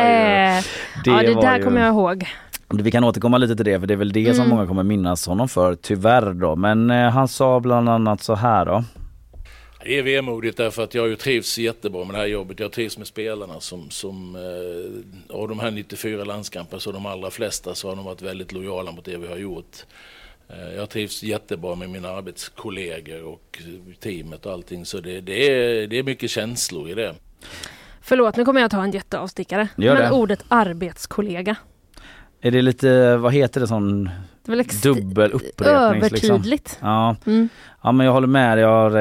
Det där kommer jag ihåg. Vi kan återkomma lite till det, för det är väl det som många kommer minnas honom för, tyvärr då. Men han sa bland annat så här då. Det är vemodigt därför att jag har ju trivs jättebra med det här jobbet. Jag trivs med spelarna som av de här 94 landskamper, så de allra flesta så har de varit väldigt lojala mot det vi har gjort. Jag trivs jättebra med mina arbetskollegor och teamet och allting, så det är mycket känslor i det. Förlåt, nu kommer jag ta en jätteavstickare. Men ordet arbetskollega. Är det lite, vad heter det, sån Det var dubbel upprepning. Övertydligt. Liksom. Ja. Ja, men jag håller med. Jag har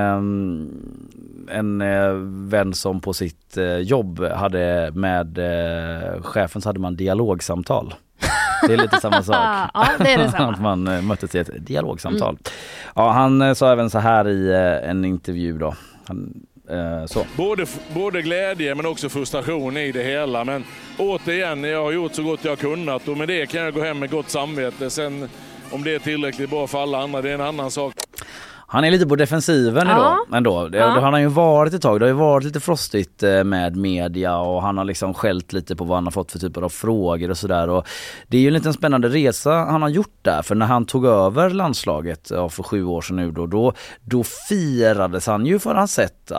en vän som på sitt jobb hade med chefen, så hade man dialogsamtal. Det är lite samma sak. Ja, det är det samma. Att man möttes i ett dialogsamtal. Ja, han sa även så här i en intervju då. Så. Både glädje men också frustration i det hela. Men återigen, jag har gjort så gott jag har kunnat och med det kan jag gå hem med gott samvete. Sen om det är tillräckligt bra för alla andra, det är en annan sak. Han är lite på defensiven idag ändå. Det har han ju varit ett tag. Det har ju varit lite frostigt med media och han har liksom skällt lite på vad han har fått för typer av frågor och sådär. Och det är ju en liten spännande resa han har gjort där. För när han tog över landslaget för 7 år sedan nu då firades han ju för hans sätt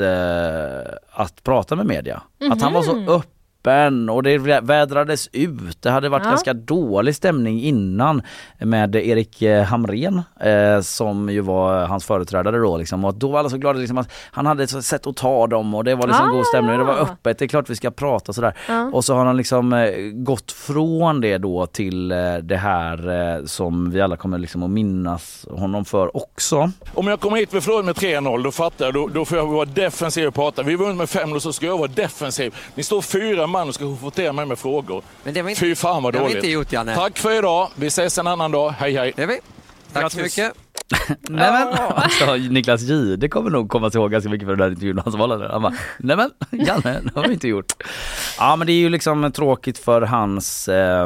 att prata med media. Att han var så öppen och det vädrades ut. Det hade varit ganska dålig stämning innan med Erik Hamrén som ju var hans företrädare då liksom. Och då var alla så glada liksom, att han hade ett sätt att ta dem och det var liksom god stämning. Det var öppet, det är klart vi ska prata sådär. Och så har han liksom gått från det då till det här som vi alla kommer liksom att minnas honom för också. Om jag kommer hit med förlåt med 3-0, då fattar jag, då får jag vara defensiv och prata. Vi vunnit med 5 och så ska jag vara defensiv. Ni står 4 man och ska få mig med frågor. Men det var inte, fy fan vad dåligt. Inte gjort, Janne. Tack för idag. Vi ses en annan dag. Hej hej. Det är vi. Tack så mycket. Nej men, alltså, Niklas Jihde kommer nog komma ihåg ganska mycket för den där intervjun han valde. Han bara, nej men, Janne, det har vi inte gjort. Ja, men det är ju liksom tråkigt för hans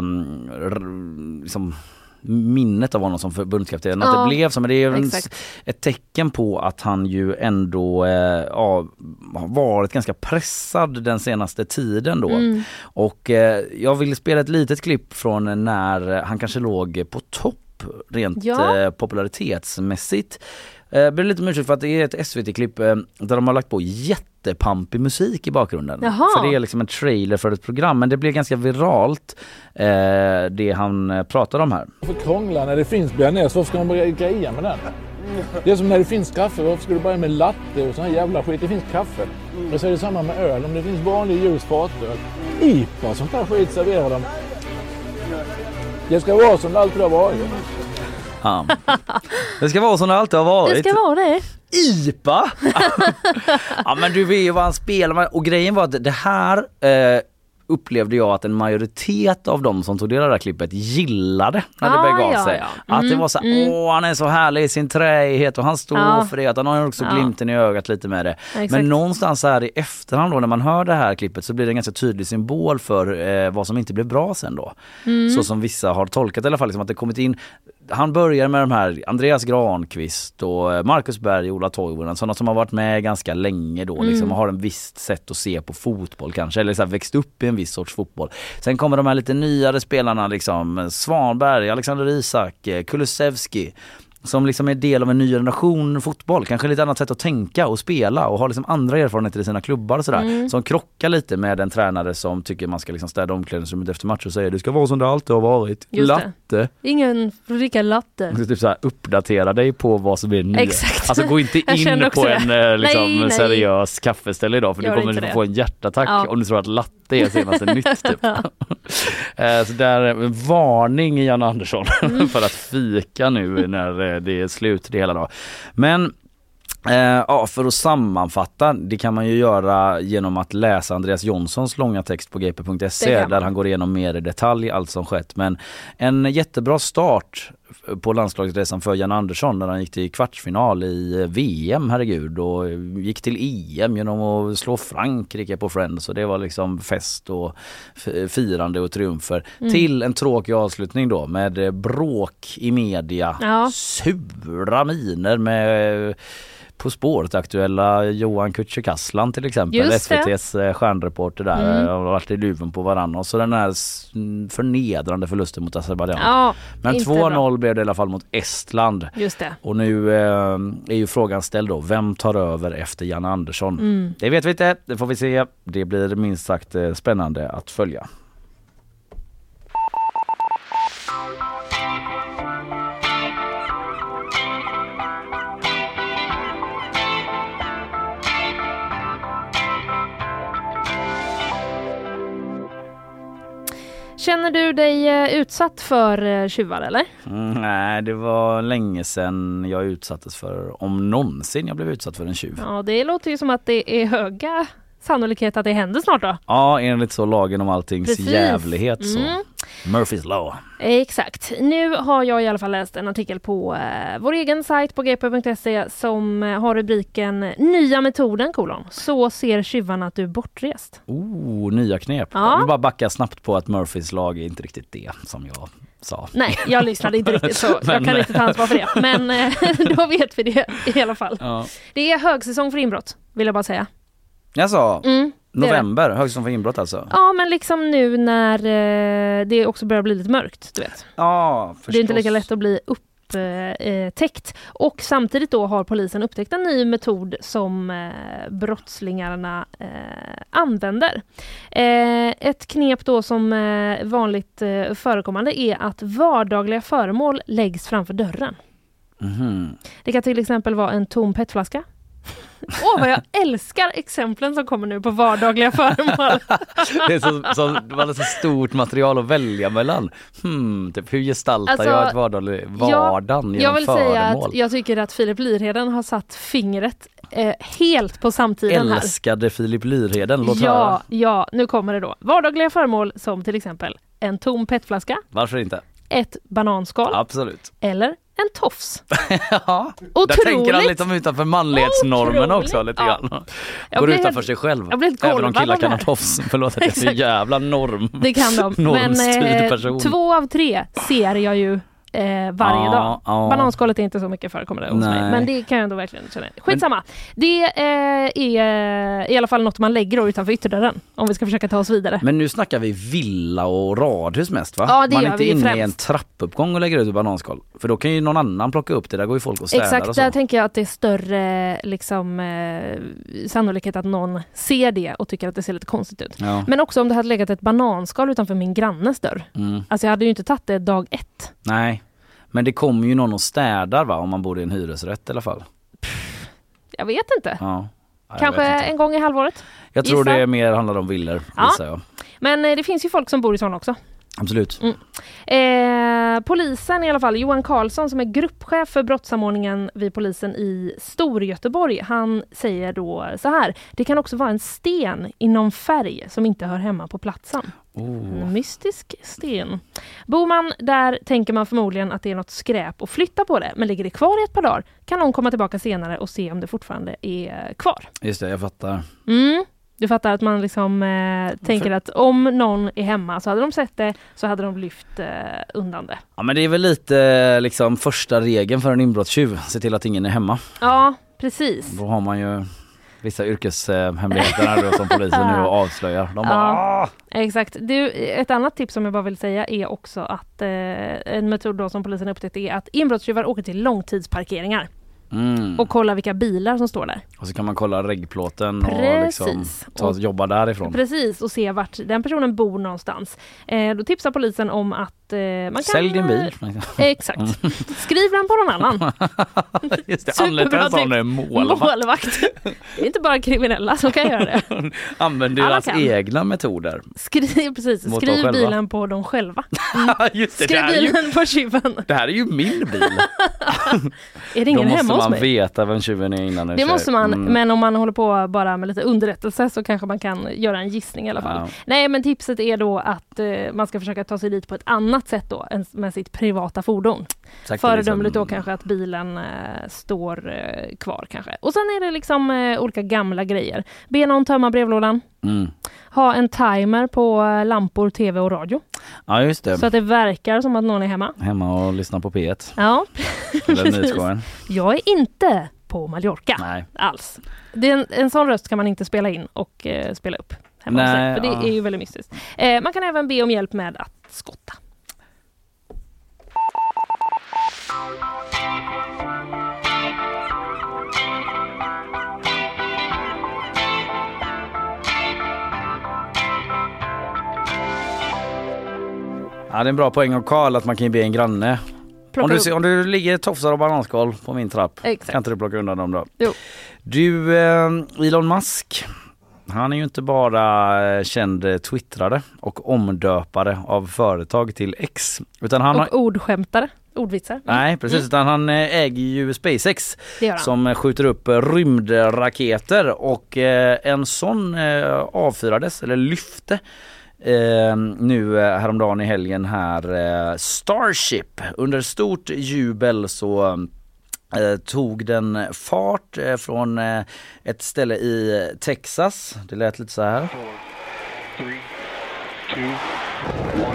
liksom minnet av honom som förbundskapten att det blev så, men det är ju ett tecken på att han ju ändå har varit ganska pressad den senaste tiden då. Och jag vill spela ett litet klipp från när han kanske låg på topp rent popularitetsmässigt. Blir lite mysigt för att det är ett SVT-klipp där de har lagt på jättepampig musik i bakgrunden. För det är liksom en trailer för ett program, men det blir ganska viralt det han pratar om här. Varför krångla när det finns bearnaise? Varför ska man börja greja med den? Det är som när det finns kaffe. Varför ska du börja med latte och sån här jävla skit? Det finns kaffe. Och så är det samma med öl. Om det finns vanlig ljus fatöl. IPA och sånt där skit serverar de. Det ska vara som det alltid har varit. Ja. Det ska vara som det alltid har varit. Det ska vara det. IPA! Ja, men du vet ju vad han spelar. Och grejen var att det här upplevde jag att en majoritet av dem som tog del av det här klippet gillade när det begav sig. Att det var så han är så härlig i sin träighet och han står för det. Att han har också glimten i ögat lite med det. Exakt. Men någonstans här i efterhand då, när man hör det här klippet, så blir det en ganska tydlig symbol för vad som inte blev bra sen då. Så som vissa har tolkat i alla fall, liksom att det kommit in. Han börjar med de här Andreas Granqvist och Marcus Berg och Ola Toivonen, sådana som har varit med ganska länge då liksom, och har en visst sätt att se på fotboll kanske, eller så här, växt upp i en viss sorts fotboll. Sen kommer de här lite nyare spelarna liksom, Svanberg, Alexander Isak, Kulusevski, som liksom är del av en ny generation fotboll, kanske lite annat sätt att tänka och spela och har liksom andra erfarenheter i sina klubbar och sådär, som krockar lite med en tränare som tycker man ska liksom städa omklädningsrummet efter match och säga det ska vara som det alltid har varit. Just latte. Det. Ingen dricka latte. Typ så här, uppdatera dig på vad som är nytt. Exakt. Alltså gå inte in på en liksom, seriös kaffeställe idag, för du kommer få en hjärtattack om du tror att latte är senaste nytt typ. Så där en varning i Jan Andersson för att fika nu när det är slut det hela då. Men för att sammanfatta, det kan man ju göra genom att läsa Andreas Jonssons långa text på gp.se där han går igenom mer i detalj allt som skett. Men en jättebra start på landslagsresan för Jan Andersson när han gick till kvartsfinal i VM, herregud, och gick till EM genom att slå Frankrike på Friends, och det var liksom fest och firande och triumfer till en tråkig avslutning då med bråk i media, sura miner med På spåret aktuella Johan Kücükaslan till exempel, SVT:s stjärnreporter där, har varit i luven på varann, och så den här förnedrande förlusten mot Azerbaijan. Men 2-0 blev det i alla fall mot Estland. Just det. Och nu är ju frågan ställd då, vem tar över efter Jan Andersson? Det vet vi inte, det får vi se. Det blir minst sagt spännande att följa. Känner du dig utsatt för tjuvar eller? Nej, det var länge sedan jag utsattes för, om någonsin jag blev utsatt för en tjuv. Ja, det låter ju som att det är höga sannolikhet att det händer snart då. Ja, enligt så lagen om alltings jävlighet så. Murphy's Law. Exakt. Nu har jag i alla fall läst en artikel på vår egen sajt på gp.se som har rubriken Nya metoden, så ser tjuvarna att du är bortrest. Nya knep. Ja. Jag vill bara backa snabbt på att Murphys lag är inte riktigt det som jag sa. Nej, jag lyssnade inte riktigt så jag kan inte ta ansvar för det. Men då vet vi det i alla fall. Ja. Det är högsäsong för inbrott, vill jag bara säga. Jag sa november, högsäsong för inbrott alltså. Ja, men liksom nu när det också börjar bli lite mörkt, du vet. Ja, förstås. Det är inte lika lätt att bli upptäckt. Och samtidigt då har polisen upptäckt en ny metod som brottslingarna använder. Ett knep då som vanligt förekommande är att vardagliga föremål läggs framför dörren. Det kan till exempel vara en tom petflaska. Vad jag älskar exemplen som kommer nu på vardagliga föremål. Det är så stort material att välja mellan. Typ, hur gestaltar jag ett vardagen genom föremål? Jag vill säga att jag tycker att Filip Lyrheden har satt fingret helt på samtiden här. Älskade Filip Lyrheden, låt höra. Ja, nu kommer det då. Vardagliga föremål som till exempel en tom petflaska. Varför inte? Ett bananskal. Absolut. Eller en tofs. Ja, där tänker han lite om utanför manlighetsnormen också lite grann. Går utanför sig själv. Även om killar kan ha tofs. Förlåt att jag är så jävla norm. Det kan de. Men 2 av 3 ser jag ju varje dag. Bananskalet är inte så mycket förekommande hos mig. Men det kan jag ändå verkligen känna. Skitsamma. Det är i alla fall något man lägger då utanför ytterdörren. Om vi ska försöka ta oss vidare. Men nu snackar vi villa och radhus mest, va? Ja, det man gör är inte vi inne främst i en trappuppgång och lägger ut bananskal. För då kan ju någon annan plocka upp det. Där går ju folk och städar. Exakt, och så. Där tänker jag att det är större sannolikhet att någon ser det och tycker att det ser lite konstigt ut. Ja. Men också om det hade legat ett bananskal utanför min grannes dörr. Alltså jag hade ju inte tagit det dag 1. Nej. Men det kommer ju någon och städar, va? Om man bor i en hyresrätt i alla fall. Jag vet inte. Ja. Kanske en gång i halvåret. Jag tror det mer handlar om villor, gissar jag. Men det finns ju folk som bor i sån också. Absolut. Polisen i alla fall, Johan Karlsson som är gruppchef för brottssamordningen vid polisen i Storgöteborg, han säger då så här: det kan också vara en sten i någon färg som inte hör hemma på platsen. En mystisk sten. Bor man där tänker man förmodligen att det är något skräp och flytta på det, men ligger det kvar i ett par dagar kan någon komma tillbaka senare och se om det fortfarande är kvar. Just det, jag fattar. Du fattar att man liksom tänker att om någon är hemma så hade de sett det, så hade de lyft undan det. Ja, men det är väl lite liksom första regeln för en inbrottstjuv. Se till att ingen är hemma. Ja, precis. Då har man ju vissa yrkeshemligheter som polisen nu avslöjar. De bara, exakt. Ett annat tips som jag bara vill säga är också att en metod då som polisen upptäckt är att inbrottstjuvar åker till långtidsparkeringar. Och kolla vilka bilar som står där. Och så kan man kolla reggplåten och liksom jobba därifrån. Precis, och se vart den personen bor någonstans. Då tipsar polisen om att man kan... Sälj din bil. Exakt. Skriv den på någon annan. Just det, anlita en sån målvakt. Det är inte bara kriminella som kan göra det. Använd deras egna metoder. Skriv bilen på dem själva. Just det, skriv bilen på tjuven. Det här är ju min bil. Är det ingen hemma hos mig? Då måste man veta vem tjuven är innan. Det måste man, men om man håller på bara med lite underrättelse så kanske man kan göra en gissning i alla fall. Ja. Nej, men tipset är då att man ska försöka ta sig dit på ett annat sätt då än med sitt privata fordon. Föredömligt då kanske att bilen står kvar kanske. Och sen är det liksom olika gamla grejer. Be någon tömma brevlådan. Ha en timer på lampor, tv och radio. Ja, just det. Så att det verkar som att någon är hemma. Hemma och lyssnar på P1. Ja, precis. Jag är inte på Mallorca. Nej. Alls. En sån röst kan man inte spela in och spela upp hemma hos sig, för det är ju väldigt mystiskt. Man kan även be om hjälp med att skotta. Ja, det är en bra poäng av Karl att man kan ju be en granne. Om du ligger tofsar och bananskal på min trapp, kan inte du plocka undan dem då? Jo. Du, Elon Musk Han är ju inte bara känd twittrare och omdöpare av företag till X. Utan han och ordskämtare. Ordvitsar. Nej, precis. Utan han äger ju SpaceX som skjuter upp rymdraketer och en sån avfyrades eller lyfte nu häromdagen i helgen här Starship. Under stort jubel så tog den fart från ett ställe i Texas. Det lät lite så här. 4, 3, 2,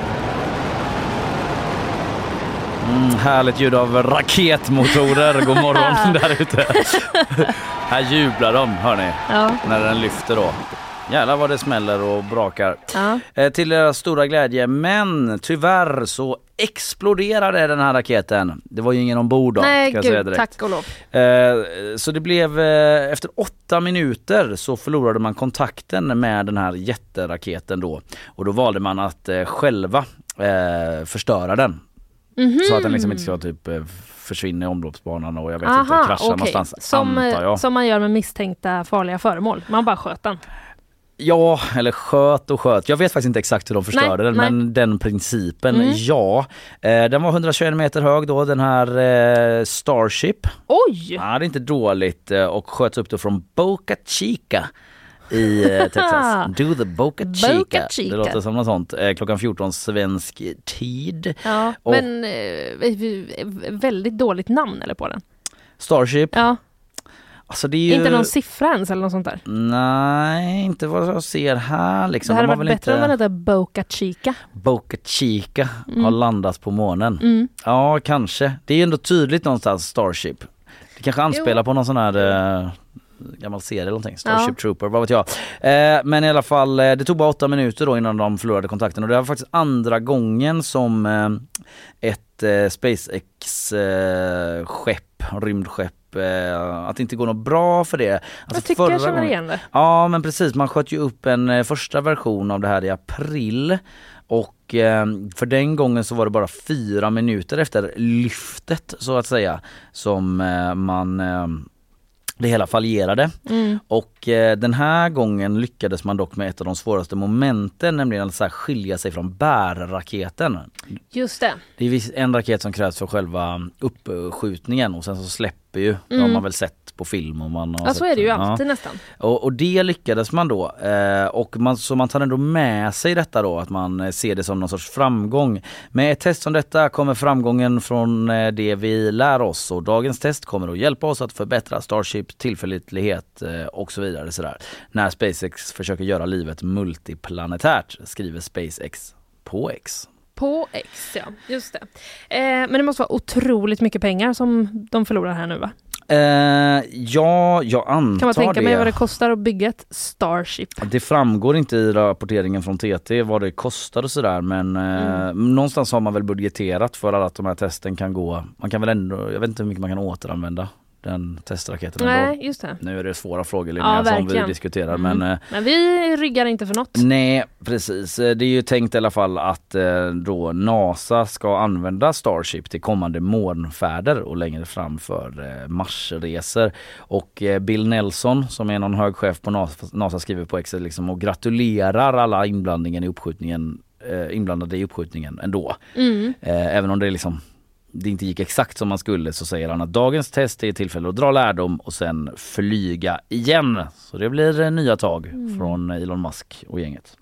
1. Härligt ljud av raketmotorer. God morgon där ute. Här jublar de, hör ni, när den lyfter då. Jävlar vad det smäller och brakar. Till deras stora glädje. Men tyvärr så exploderade den här raketen. Det var ju ingen ombord då. Nej, ska jag gud, säga direkt. tack och lov. Så det blev efter 8 minuter så förlorade man kontakten med den här jätteraketen då. Och då valde man att själva förstöra den. Så att den liksom inte ska typ försvinna i omloppsbanan och jag vet inte, krascha någonstans, antar jag. Som man gör med misstänkta farliga föremål. Man bara sköt den. Ja, eller sköt. Jag vet faktiskt inte exakt hur de förstörde den, men den principen, den var 121 meter hög då, den här Starship. Oj! Ja, det är inte dåligt och sköts upp då från Boca Chica i Texas. Do the Boca Chica. Det låter som något sånt. Klockan 14 svensk tid. Ja, men väldigt dåligt namn eller på den. Starship? Ja. Alltså det är ju... Inte någon siffra ens eller något sånt där? Nej, inte vad jag ser här. Liksom. Det hade varit bättre om den heter Boca Chica. Boca Chica har landat på månen. Ja, kanske. Det är ju ändå tydligt någonstans Starship. Det kanske anspelar på någon sån här... gammal serie eller någonting. Starship Trooper, vad vet jag. Men i alla fall, det tog bara 8 minuter då innan de förlorade kontakten. Och det var faktiskt andra gången som ett SpaceX-skepp, rymdskepp, att det inte går något bra för det. Alltså, jag tycker jag känner igen det. Ja, men precis. Man sköt ju upp en första version av det här i april. Och för den gången så var det bara 4 minuter efter lyftet, så att säga, som man... det hela fallerade. Och den här gången lyckades man dock med ett av de svåraste momenten, nämligen att så här skilja sig från bärraketen. Just det. Det är en raket som krävs för själva uppskjutningen och sen så släpper ju, det har man väl sett på film. Och man har sett, så är det ju alltid nästan. Och det lyckades man då. Och så man tar ändå med sig detta då, att man ser det som någon sorts framgång. Med ett test som detta kommer framgången från det vi lär oss. Och dagens test kommer att hjälpa oss att förbättra Starship, tillförlitlighet och så vidare. Sådär. När SpaceX försöker göra livet multiplanetärt, skriver SpaceX på X. På X, ja. Just det. Men det måste vara otroligt mycket pengar som de förlorar här nu, va? Ja, jag antar det. Kan man tänka mig vad det kostar att bygga ett Starship? Det framgår inte i rapporteringen från TT vad det kostar och sådär, men någonstans har man väl budgeterat för att de här testen kan gå. Man kan väl ändå, jag vet inte hur mycket man kan återanvända den testraketen. Nej, just det. Nu är det svåra frågor, Linnea, som vi diskuterar. Men vi ryggar inte för något. Nej, precis. Det är ju tänkt i alla fall att då NASA ska använda Starship till kommande månfärder och längre fram för Marsresor. Och Bill Nelson, som är någon hög chef på NASA, skriver på X liksom, och gratulerar alla inblandade i uppskjutningen ändå. Även om det är liksom det inte gick exakt som man skulle, så säger han att dagens test är tillfälle att dra lärdom och sen flyga igen. Så det blir nya tag från Elon Musk och gänget.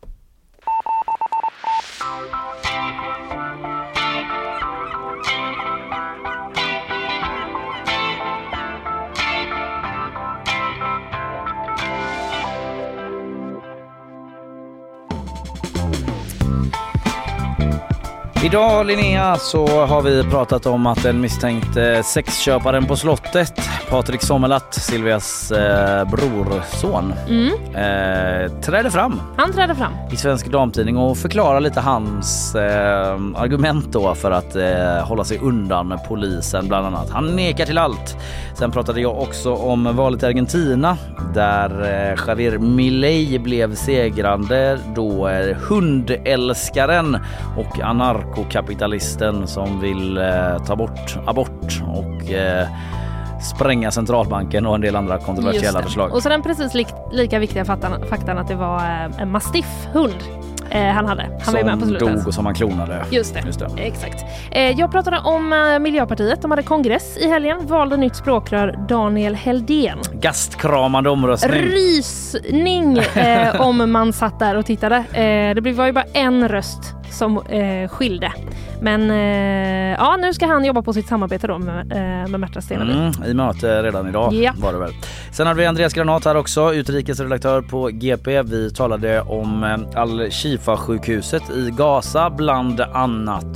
Idag, Linnea, så har vi pratat om att den misstänkte sexköparen på slottet, Patrik Sommerlath, Silvias brorson, trädde fram. Han trädde fram i Svensk Damtidning och förklarar lite hans argument då för att hålla sig undan polisen, bland annat. Han nekar till allt. Sen pratade jag också om valet i Argentina där Javier Milei blev segrande, då hundälskaren och anarkokapitalisten som vill ta bort abort och spränga centralbanken och en del andra kontroversiella förslag. Och så den precis lika viktiga faktan att det var en mastiffhund han hade. Han som var med på slutet. Dog och som han klonade. Just det. Exakt. Jag pratade om Miljöpartiet. De hade kongress i helgen. Valde nytt språkrör Daniel Heldén. Gastkramande omröstning. Rysning om man satt där och tittade. Det var ju bara en röst som skilde. Men nu ska han jobba på sitt samarbete då med Märta Stenevi. I möte redan idag var det väl. Sen hade vi Andreas Granat här också, utrikesredaktör på GP. Vi talade om Al-Shifa-sjukhuset i Gaza bland annat.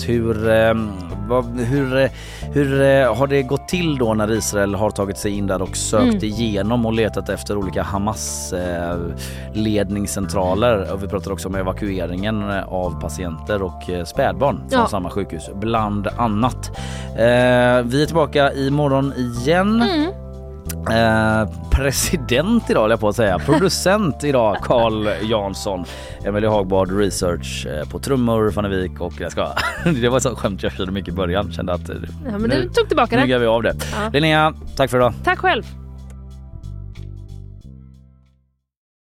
Hur har det gått till då när Israel har tagit sig in där och sökt igenom och letat efter olika Hamas-ledningscentraler? Och vi pratar också om evakueringen av patienter och spädbarn från samma sjukhus, bland annat. Vi är tillbaka imorgon igen. President idag, jag på att säga. Producent idag, Carl Jansson. Emelie Hagbard, research på trummor, Fannevik och det var så skämt jag körde mycket i början. Kände att men du tog tillbaka det. Nu gör vi av det. Linnea, tack för idag. Tack själv.